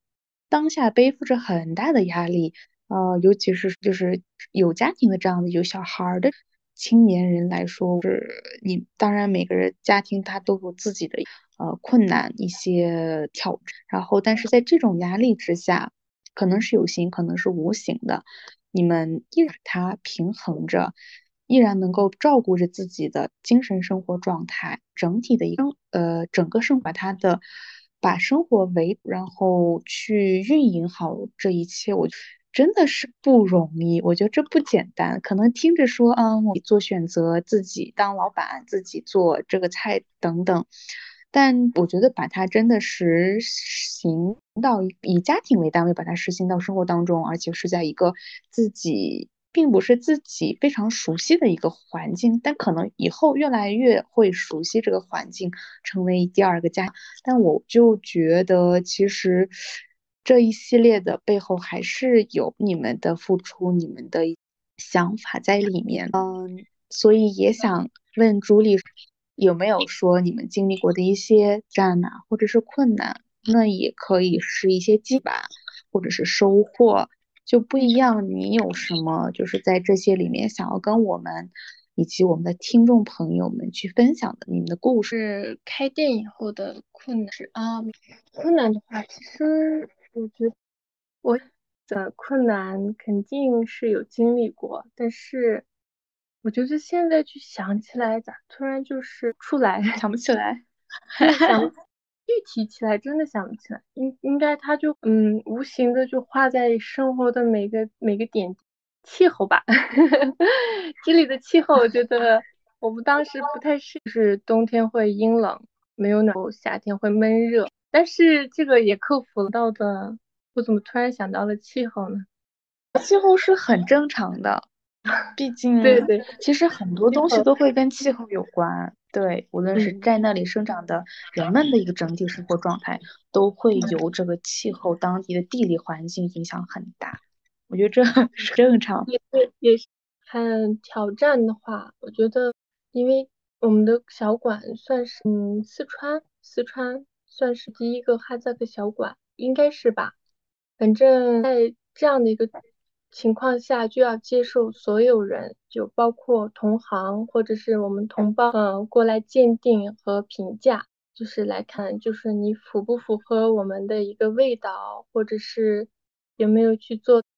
当下背负着很大的压力，尤其是就是有家庭的这样的有小孩儿的青年人来说，是你当然每个人家庭他都有自己的困难一些挑战，然后但是在这种压力之下，可能是有形，可能是无形的，你们依然它平衡着。依然能够照顾着自己的精神生活状态，整体的整个生活把生活然后去运营好这一切，我真的是不容易。我觉得这不简单，可能听着说，我做选择，自己当老板，自己做这个菜等等。但我觉得把它真的实行到以家庭为单位把它实行到生活当中，而且是在一个自己并不是自己非常熟悉的一个环境，但可能以后越来越会熟悉这个环境，成为第二个家。但我就觉得其实这一系列的背后还是有你们的付出，你们的想法在里面。所以也想问朱莉，有没有说你们经历过的一些战呐，或者是困难？那也可以是一些羁绊，或者是收获，就不一样。你有什么就是在这些里面想要跟我们以及我们的听众朋友们去分享的你们的故事？ 是开店以后的困难困难的话，其实我觉得我的困难肯定是有经历过，但是我觉得现在去想起来，咋突然就是出来， 想不起来。 对，具体起来真的想不起来，应该它就无形的就画在生活的每个点，气候吧，这里的气候我觉得我们当时不太适应，就是冬天会阴冷，没有暖和，夏天会闷热，但是这个也克服到的。我怎么突然想到了气候呢？ 气候是很正常的，毕竟对对， 其实很多东西都会跟气候有关。对，无论是嗯， 在那里生长的人们的一个整体生活状态，都会由这个气候当地的地理环境影响很大。我觉得这是正常。 也是很挑战的话，我觉得，因为我们的小馆算是四川算是第一个哈萨克小馆，应该是吧？反正在这样的一个情况下，就要接受所有人，就包括同行或者是我们同胞，过来鉴定和评价，就是来看，就是你符不符合我们的一个味道，或者是有没有去做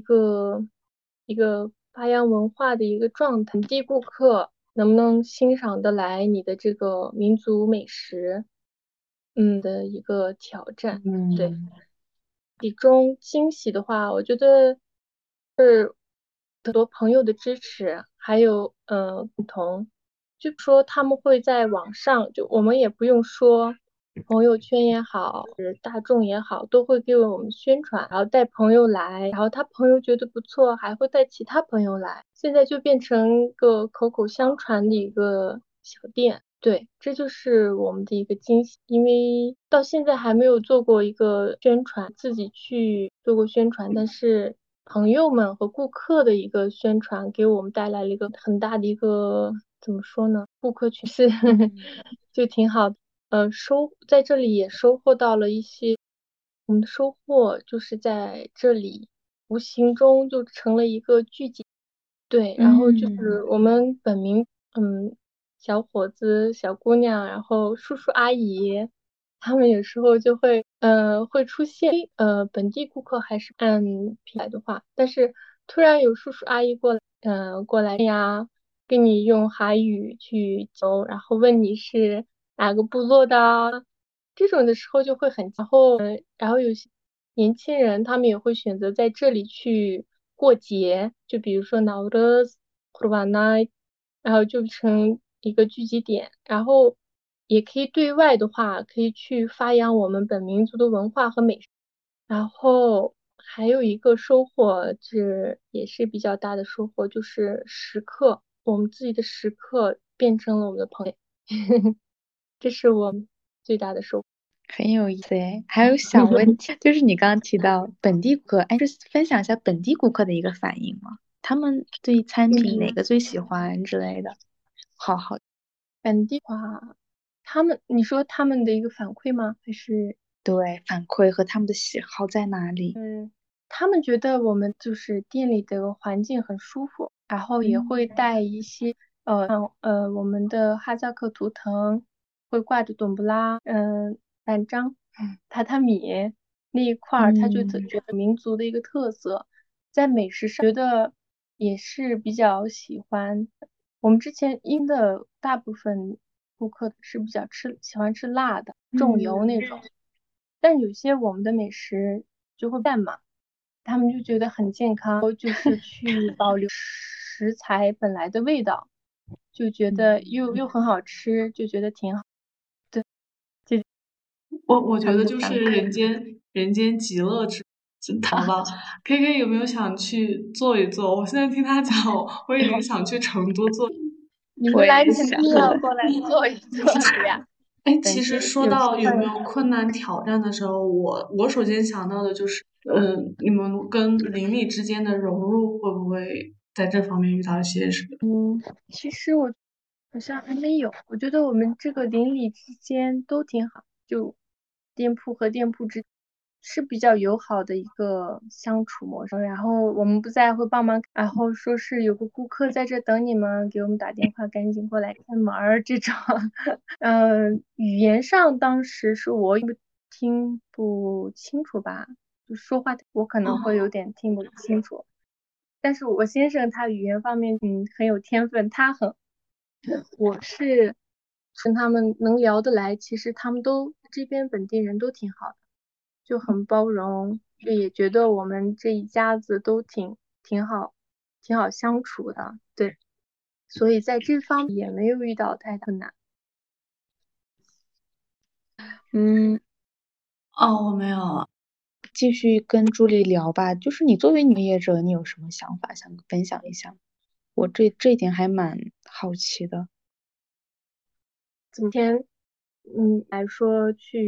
一个发扬文化的一个状态，本地顾客能不能欣赏得来你的这个民族美食，的一个挑战，对。其中惊喜的话，我觉得是很多朋友的支持，还有共同，就说他们会在网上，就我们也不用说，朋友圈也好，是大众也好，都会给我们宣传，然后带朋友来，然后他朋友觉得不错，还会带其他朋友来，现在就变成一个口口相传的一个小店。对，这就是我们的一个惊喜，因为到现在还没有做过一个宣传，自己去做过宣传，但是朋友们和顾客的一个宣传，给我们带来了一个很大的一个，怎么说呢？顾客群是就挺好的，在这里也收获到了一些，我们的收获就是在这里无形中就成了一个聚集。对，然后就是我们本名，小伙子、小姑娘，然后叔叔阿姨，他们有时候就会出现，本地顾客还是按品牌的话，但是突然有叔叔阿姨过来呀，跟你用韩语去交，然后问你是哪个部落的啊，这种的时候就会然后有些年轻人他们也会选择在这里去过节，就比如说 Nowruz、Kurban Night，然后就成一个聚集点，然后也可以对外的话，可以去发扬我们本民族的文化和美食。然后还有一个收获，这也是比较大的收获，就是食客，我们自己的食客变成了我们的朋友，这是我们最大的收获。 很有意思诶。还有小问题，就是你刚刚提到本地顾客，就是分享一下本地顾客的一个反应吗？他们对餐品哪个最喜欢之类的？好。 本地话，你说他们的一个反馈吗？还是？ 对，反馈和他们的喜好在哪里？ 他们觉得我们就是店里的环境很舒服，然后也会带一些我们的哈萨克图腾，会挂着董布拉，板章、榻榻米那一块儿，他就觉得民族的一个特色，在美食上觉得也是比较喜欢。我们之前的大部分顾客是比较喜欢吃辣的，重油那种，但有些我们的美食就会淡嘛。他们就觉得很健康，就是去保留食材本来的味道，就觉得又很好吃，就觉得挺好。对， 我觉得就是人间极乐之谈吧。KK 有没有想去做一做？我现在听他讲，我已经想去成都做。 你们来肯定要过来做一做的呀。 哎，其实说到有没有困难挑战的时候，我首先想到的就是，你们跟邻里之间的融入会不会在这方面遇到一些什么？ 其实我好像还没有，我觉得我们这个邻里之间都挺好，就店铺和店铺是比较友好的一个相处模式。然后我们不在会帮忙，然后说是有个顾客在这等你们，给我们打电话，赶紧过来开门儿这种。语言上当时是我听不清楚吧，就说话我可能会有点听不清楚。但是我先生他语言方面很有天分，我是跟他们能聊得来，其实他们都这边本地人都挺好的，就很包容，就也觉得我们这一家子都挺好相处的，对，所以在这方面也没有遇到太困难。 我没有。 继续跟朱莉聊吧，就是你作为女业者，你有什么想法想分享一下？我这一点还蛮好奇的。 今天来说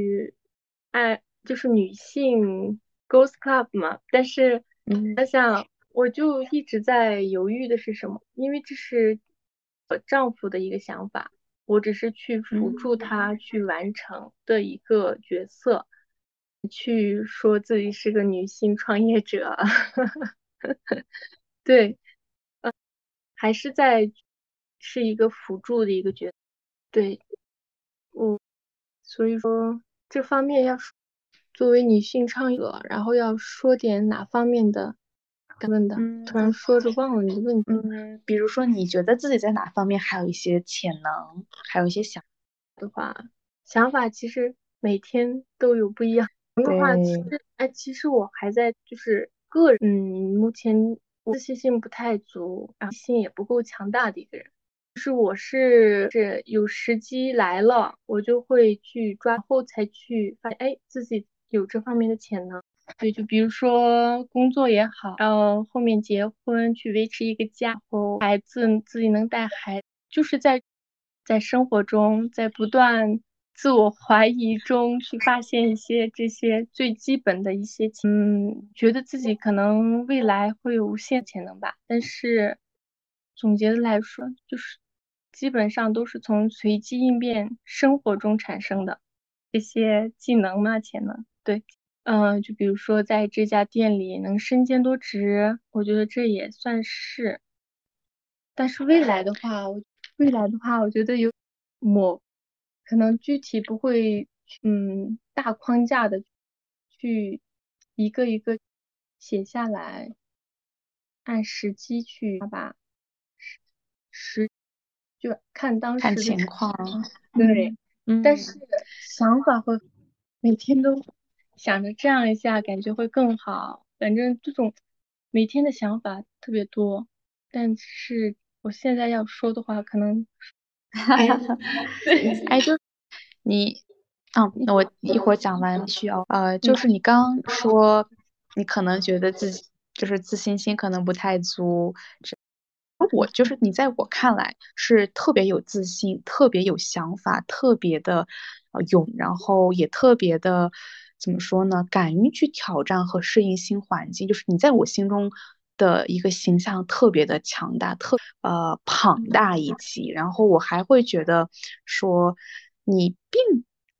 就是女性 Girls Club 嘛，但是想我就一直在犹豫的是什么，因为这是我丈夫的一个想法，我只是去辅助他去完成的一个角色，去说自己是个女性创业者。对，还是是一个辅助的一个角色，对，所以说这方面作为女性创业者，然后要说点哪方面的问的，突然说着忘了你的问题。 比如说你觉得自己在哪方面还有一些潜能，还有一些想法其实每天都有不一样的话，其实我还在就是个人，目前我自信心不太足，然后心也不够强大的一个人。就是我是有时机来了，我就会去抓，后才去发现，自己有这方面的潜能。对，就比如说工作也好，然后后面结婚去维持一个家，后孩子自己能带孩子，就是在生活中，在不断自我怀疑中去发现一些这些最基本的一些觉得自己可能未来会有无限潜能吧。但是总结的来说，就是基本上都是从随机应变生活中产生的这些技能嘛，潜能。对。就比如说在这家店里能身兼多职，我觉得这也算是。但是未来的话，我觉得可能具体不会，大框架的去一个一个写下来，按时机去吧，就看当时的情况。 对，但是想法会每天都想着这样一下，感觉会更好。反正这种每天的想法特别多，但是我现在要说的话，可能就你，那我一会儿讲完需要，就是你刚说你可能觉得自己就是自信心可能不太足，我就是你在我看来是特别有自信，特别有想法，特别的勇，然后也特别的怎么说呢，敢于去挑战和适应新环境，就是你在我心中的一个形象特别的强大，庞大一级，然后我还会觉得说你并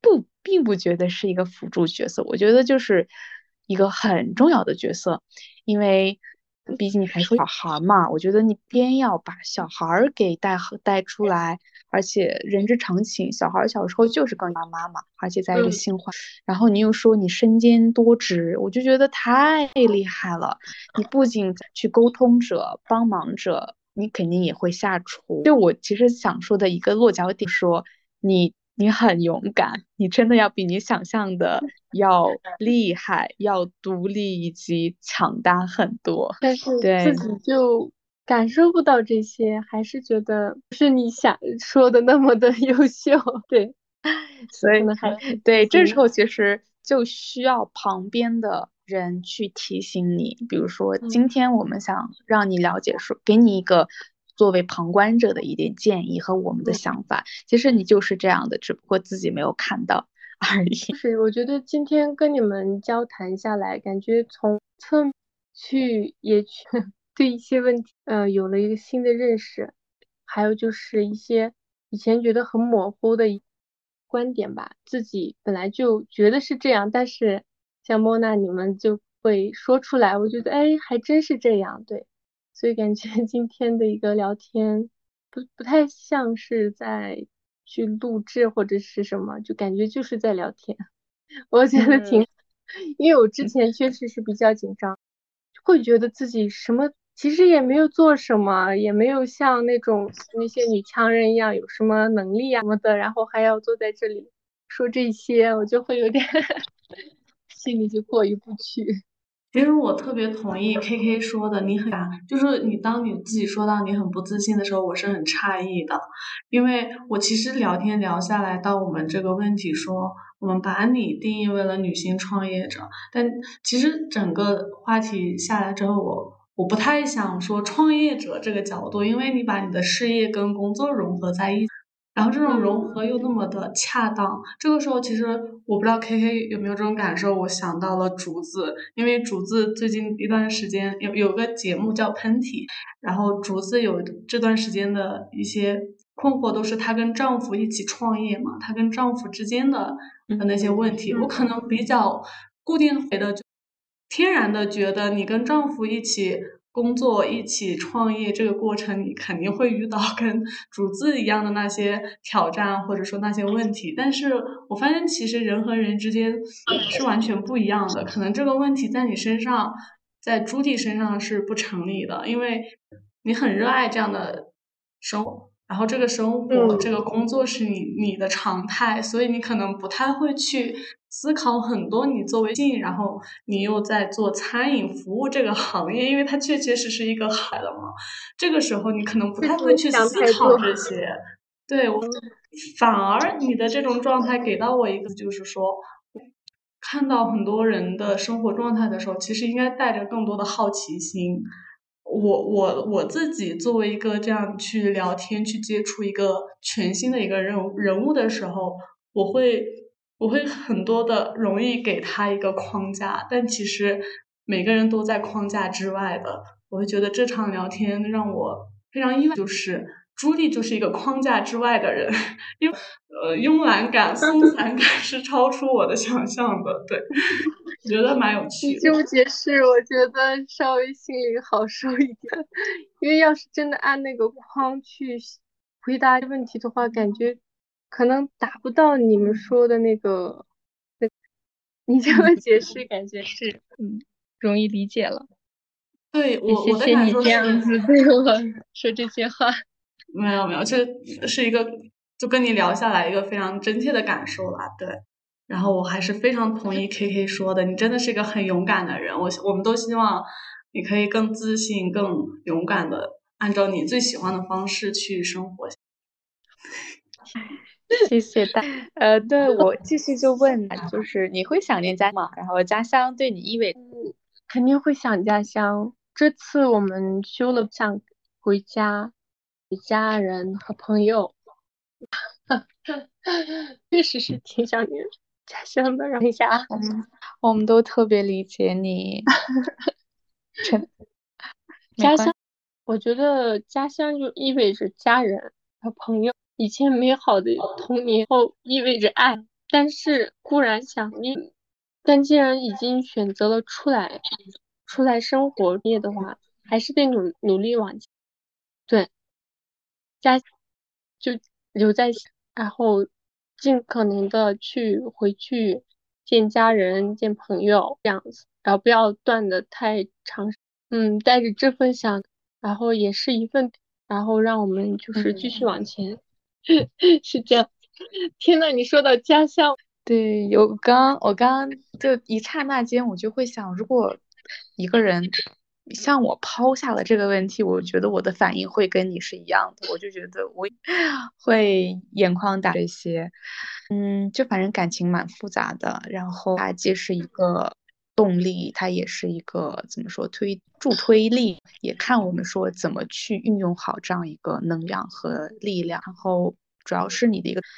并不觉得是一个辅助角色，我觉得就是一个很重要的角色，因为毕竟你还说小孩嘛，我觉得你偏要把小孩给带出来，而且人之常情，小孩小时候就是跟妈妈，而且在一个新环，然后你又说你身兼多职，我就觉得太厉害了。你不仅去沟通者、帮忙者，你肯定也会下厨。就我其实想说的一个落脚点，说你很勇敢，你真的要比你想象的要厉害，要独立以及强大很多。 但是对， 自己就感受不到这些，还是觉得不是你想说的那么的优秀。对， 所以可能还是对，这时候其实就需要旁边的人去提醒你，比如说今天我们想让你了解说，给你一个作为旁观者的一点建议和我们的想法，其实你就是这样的，只不过自己没有看到而已。 是，我觉得今天跟你们交谈下来，感觉从侧面也去对一些问题，有了一个新的认识，还有就是一些以前觉得很模糊的观点吧，自己本来就觉得是这样，但是像莫娜你们就会说出来，我觉得哎，还真是这样，对，所以感觉今天的一个聊天不太像是在去录制或者是什么，就感觉就是在聊天，我觉得挺，因为我之前确实是比较紧张，会觉得自己什么其实也没有做什么，也没有像那些女强人一样有什么能力啊什么的，然后还要坐在这里说这些，我就会有点心里就过意不去。 其实我特别同意 KK 说的，就是当你自己说到你很不自信的时候，我是很诧异的，因为我其实聊天聊下来到我们这个问题说，我们把你定义为了女性创业者，但其实整个话题下来之后，我不太想说创业者这个角度，因为你把你的事业跟工作融合在一起。然后这种融合又那么的恰当，这个时候其实我不知道 KK 有没有这种感受，我想到了竹子，因为竹子最近一段时间有个节目叫喷嚏，然后竹子有这段时间的一些困惑都是她跟丈夫一起创业嘛，她跟丈夫之间的那些问题，我可能比较固定的天然的觉得你跟丈夫一起工作、一起创业这个过程，你肯定会遇到跟竹子一样的那些挑战，或者说那些问题。但是我发现，其实人和人之间是完全不一样的。可能这个问题在你身上，在朱棣身上是不成立的，因为你很热爱这样的生活。然后这个生活、这个工作是你的常态，所以你可能不太会去思考很多。你作为然后你又在做餐饮服务这个行业，因为它确确实实一个海了嘛。这个时候你可能不太会去思考这些。对，反而你的这种状态给到我一个，就是说，看到很多人的生活状态的时候，其实应该带着更多的好奇心。我自己作为一个这样去聊天、去接触一个全新的一个人物的时候，我会很多的容易给他一个框架，但其实每个人都在框架之外的。我会觉得这场聊天让我非常意外，就是朱莉就是一个框架之外的人，因为慵懒感、松散感是超出我的想象的，对，我觉得蛮有趣的。 你这么解释，我觉得稍微心里好受一点，因为要是真的按那个框去回答问题的话，感觉可能达不到你们说的那个。你这么解释，感觉是容易理解了。 对，我的谢谢你感受是这样子对我说这些话。 没有，这是一个就跟你聊下来一个非常真切的感受啦，对。然后我还是非常同意 KK 说的，你真的是一个很勇敢的人。我们都希望你可以更自信、更勇敢的按照你最喜欢的方式去生活。 谢谢大，对，我继续就问，就是你会想念家吗？然后家乡对你意味？ 肯定会想家乡。这次我们休了，想回家，给家人和朋友。确实是挺想念家乡的。然后一下， 我们都特别理解你。 家乡，我觉得家乡就意味着家人和朋友，以前美好的童年后意味着爱。 但是固然想念，但既然已经选择了出来生活业的话，还是得努力往前。对，家就留在，然后尽可能的去回去见家人、见朋友这样子，然后不要断的太长。带着这份想，然后也是一份，然后让我们就是继续往前，是这样。天呐，你说到家乡， 对，我刚就一刹那间，我就会想，如果一个人向我抛下了这个问题，我觉得我的反应会跟你是一样的，我就觉得我会眼眶打这些，就反正感情蛮复杂的，然后它既是一个动力，它也是一个怎么说助推力，也看我们说怎么去运用好这样一个能量和力量，然后主要是你的一个。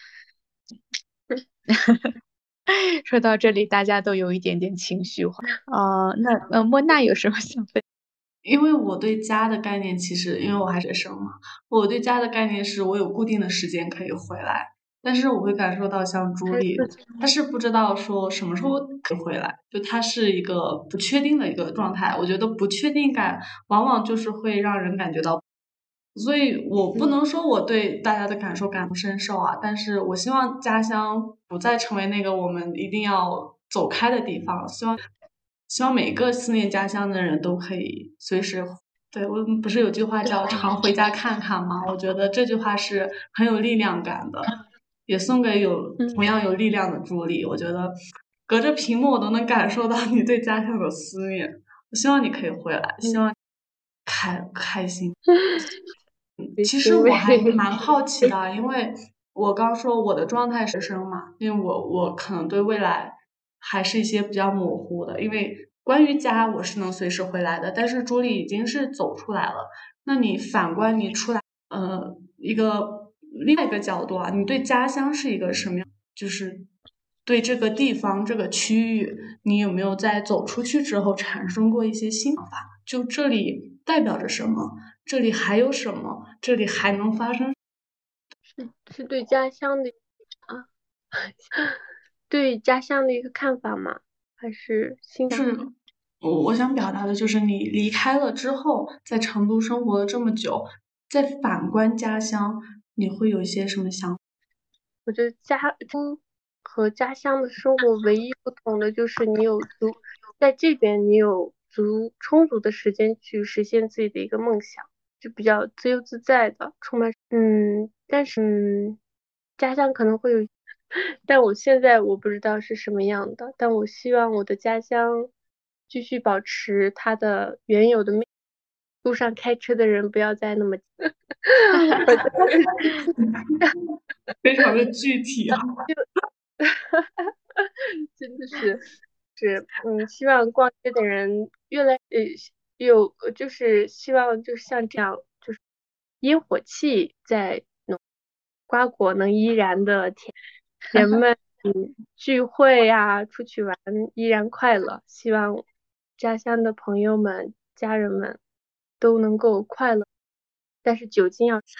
说到这里，大家都有一点点情绪化。那莫娜有什么想分？ 因为我对家的概念，其实因为我还是学生嘛，我对家的概念是我有固定的时间可以回来，但是我会感受到像朱莉，她是不知道说什么时候可以回来，就它是一个不确定的一个状态。我觉得不确定感往往就是会让人感觉到。所以我不能说我对大家的感受感同身受啊，但是我希望家乡不再成为那个我们一定要走开的地方，希望每个思念家乡的人都可以随时。对，我不是有句话叫常回家看看吗？我觉得这句话是很有力量感的，也送给同样有力量的朱莉。我觉得隔着屏幕我都能感受到你对家乡的思念，我希望你可以回来，希望开心。其实我还蛮好奇的，因为我刚说我的状态是学生嘛，因为我可能对未来还是一些比较模糊的，因为关于家我是能随时回来的，但是朱莉已经是走出来了，那你反观你出来，一个另外一个角度啊，你对家乡是一个什么样？就是对这个地方这个区域，你有没有在走出去之后产生过一些新想法？就这里代表着什么？这里还有什么？这里还能发生？ 是对家乡的啊，对家乡的一个看法吗？还是新就是我想表达的就是你离开了之后，在成都生活了这么久，再反观家乡，你会有一些什么想法？ 我觉得和家乡的生活唯一不同的就是在这边你有充足的时间去实现自己的一个梦想，就比较自由自在的，充满但是家乡可能会有，但我现在我不知道是什么样的，但我希望我的家乡继续保持它的原有的魅力，路上开车的人不要再那么非常的具体啊。 真的希望逛街的人越来有，就是希望就像这样，就是烟火气在瓜果能依然的甜，人们聚会啊，出去玩依然快乐。希望家乡的朋友们、家人们都能够快乐，但是酒精要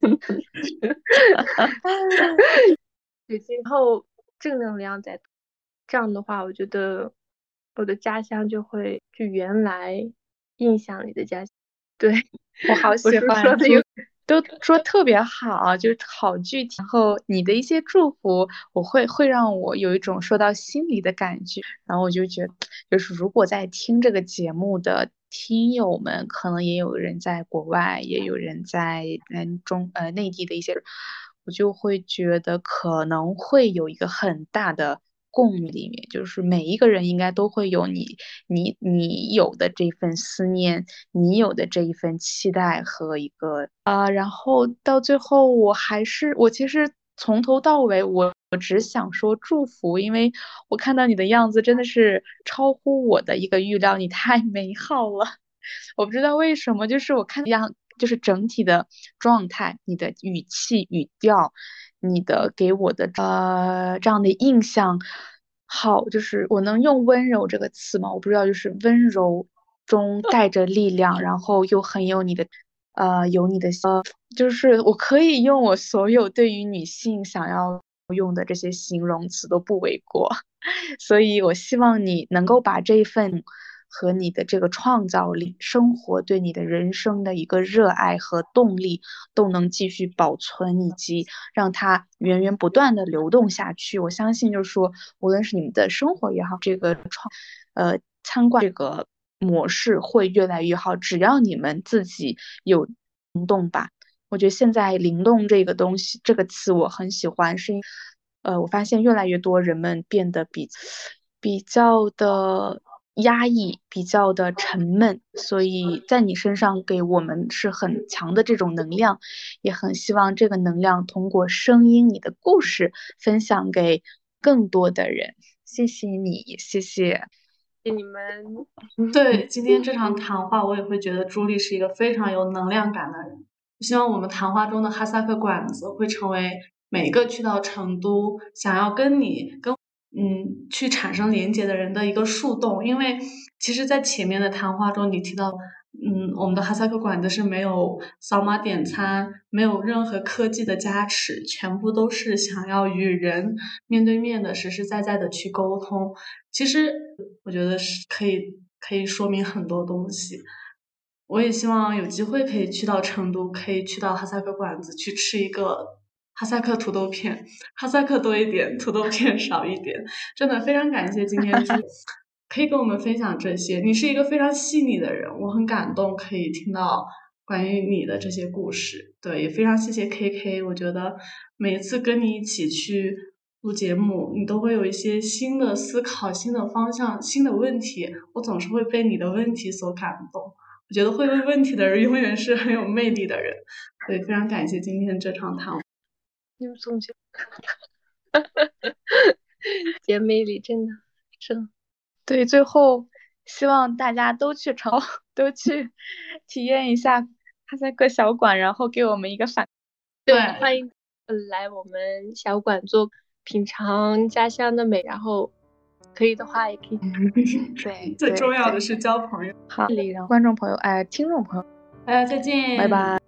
酒精后正能量在，这样的话，我觉得我的家乡就原来印象里的家乡。对， 我好我喜欢， 是说的都说特别好，就是好具体。然后你的一些祝福，会让我有一种说到心里的感觉。然后我就觉得，就是如果在听这个节目的听友们，可能也有人在国外，也有人在内地的一些人，我就会觉得可能会有一个很大的共鸣里面，就是每一个人应该都会有你有的这份思念，你有的这一份期待和一个然后到最后我其实从头到尾我只想说祝福，因为我看到你的样子真的是超乎我的一个预料，你太美好了。我不知道为什么，就是我看样，就是整体的状态，你的语气语调，你的给我的这样的印象，好，就是我能用温柔这个词吗？我不知道，就是温柔中带着力量，然后又很有你的有你的就是我可以用我所有对于女性想要用的这些形容词都不为过。所以我希望你能够把这份和你的这个创造力、生活对你的人生的一个热爱和动力都能继续保存，以及让它源源不断的流动下去。我相信就是说，无论是你们的生活也好，这个参观这个模式会越来越好，只要你们自己有行动吧。我觉得现在灵动这个东西，这个词我很喜欢，是因为我发现越来越多人们变得比较的压抑，比较的沉闷，所以在你身上给我们是很强的这种能量，也很希望这个能量通过声音、你的故事分享给更多的人。谢谢你，谢谢你们。 对，今天这场谈话，我也会觉得朱莉是一个非常有能量感的人。希望我们谈话中的哈萨克馆子会成为每个去到成都想要跟去产生连接的人的一个树洞。因为其实在前面的谈话中你提到我们的哈萨克馆子是没有扫码点餐，没有任何科技的加持，全部都是想要与人面对面的实实在在的去沟通。其实我觉得是可以说明很多东西。我也希望有机会可以去到成都，可以去到哈萨克馆子去吃一个哈萨克土豆片，哈萨克多一点，土豆片少一点。真的非常感谢今天可以跟我们分享这些。你是一个非常细腻的人，我很感动可以听到关于你的这些故事。对，也非常谢谢 KK， 我觉得每一次跟你一起去录节目，你都会有一些新的思考、新的方向、新的问题，我总是会被你的问题所感动。我觉得会问问题的人永远是很有魅力的人。对，非常感谢今天这场谈话。 你们总结姐妹里真的是对，最后希望大家都去体验一下哈萨克小馆，然后给我们一个反。 对，欢迎来我们小馆做品尝家乡的美，然后可以的话也可以对， 最重要的是交朋友。 好，观众朋友，听众朋友， 大家再见， 拜拜。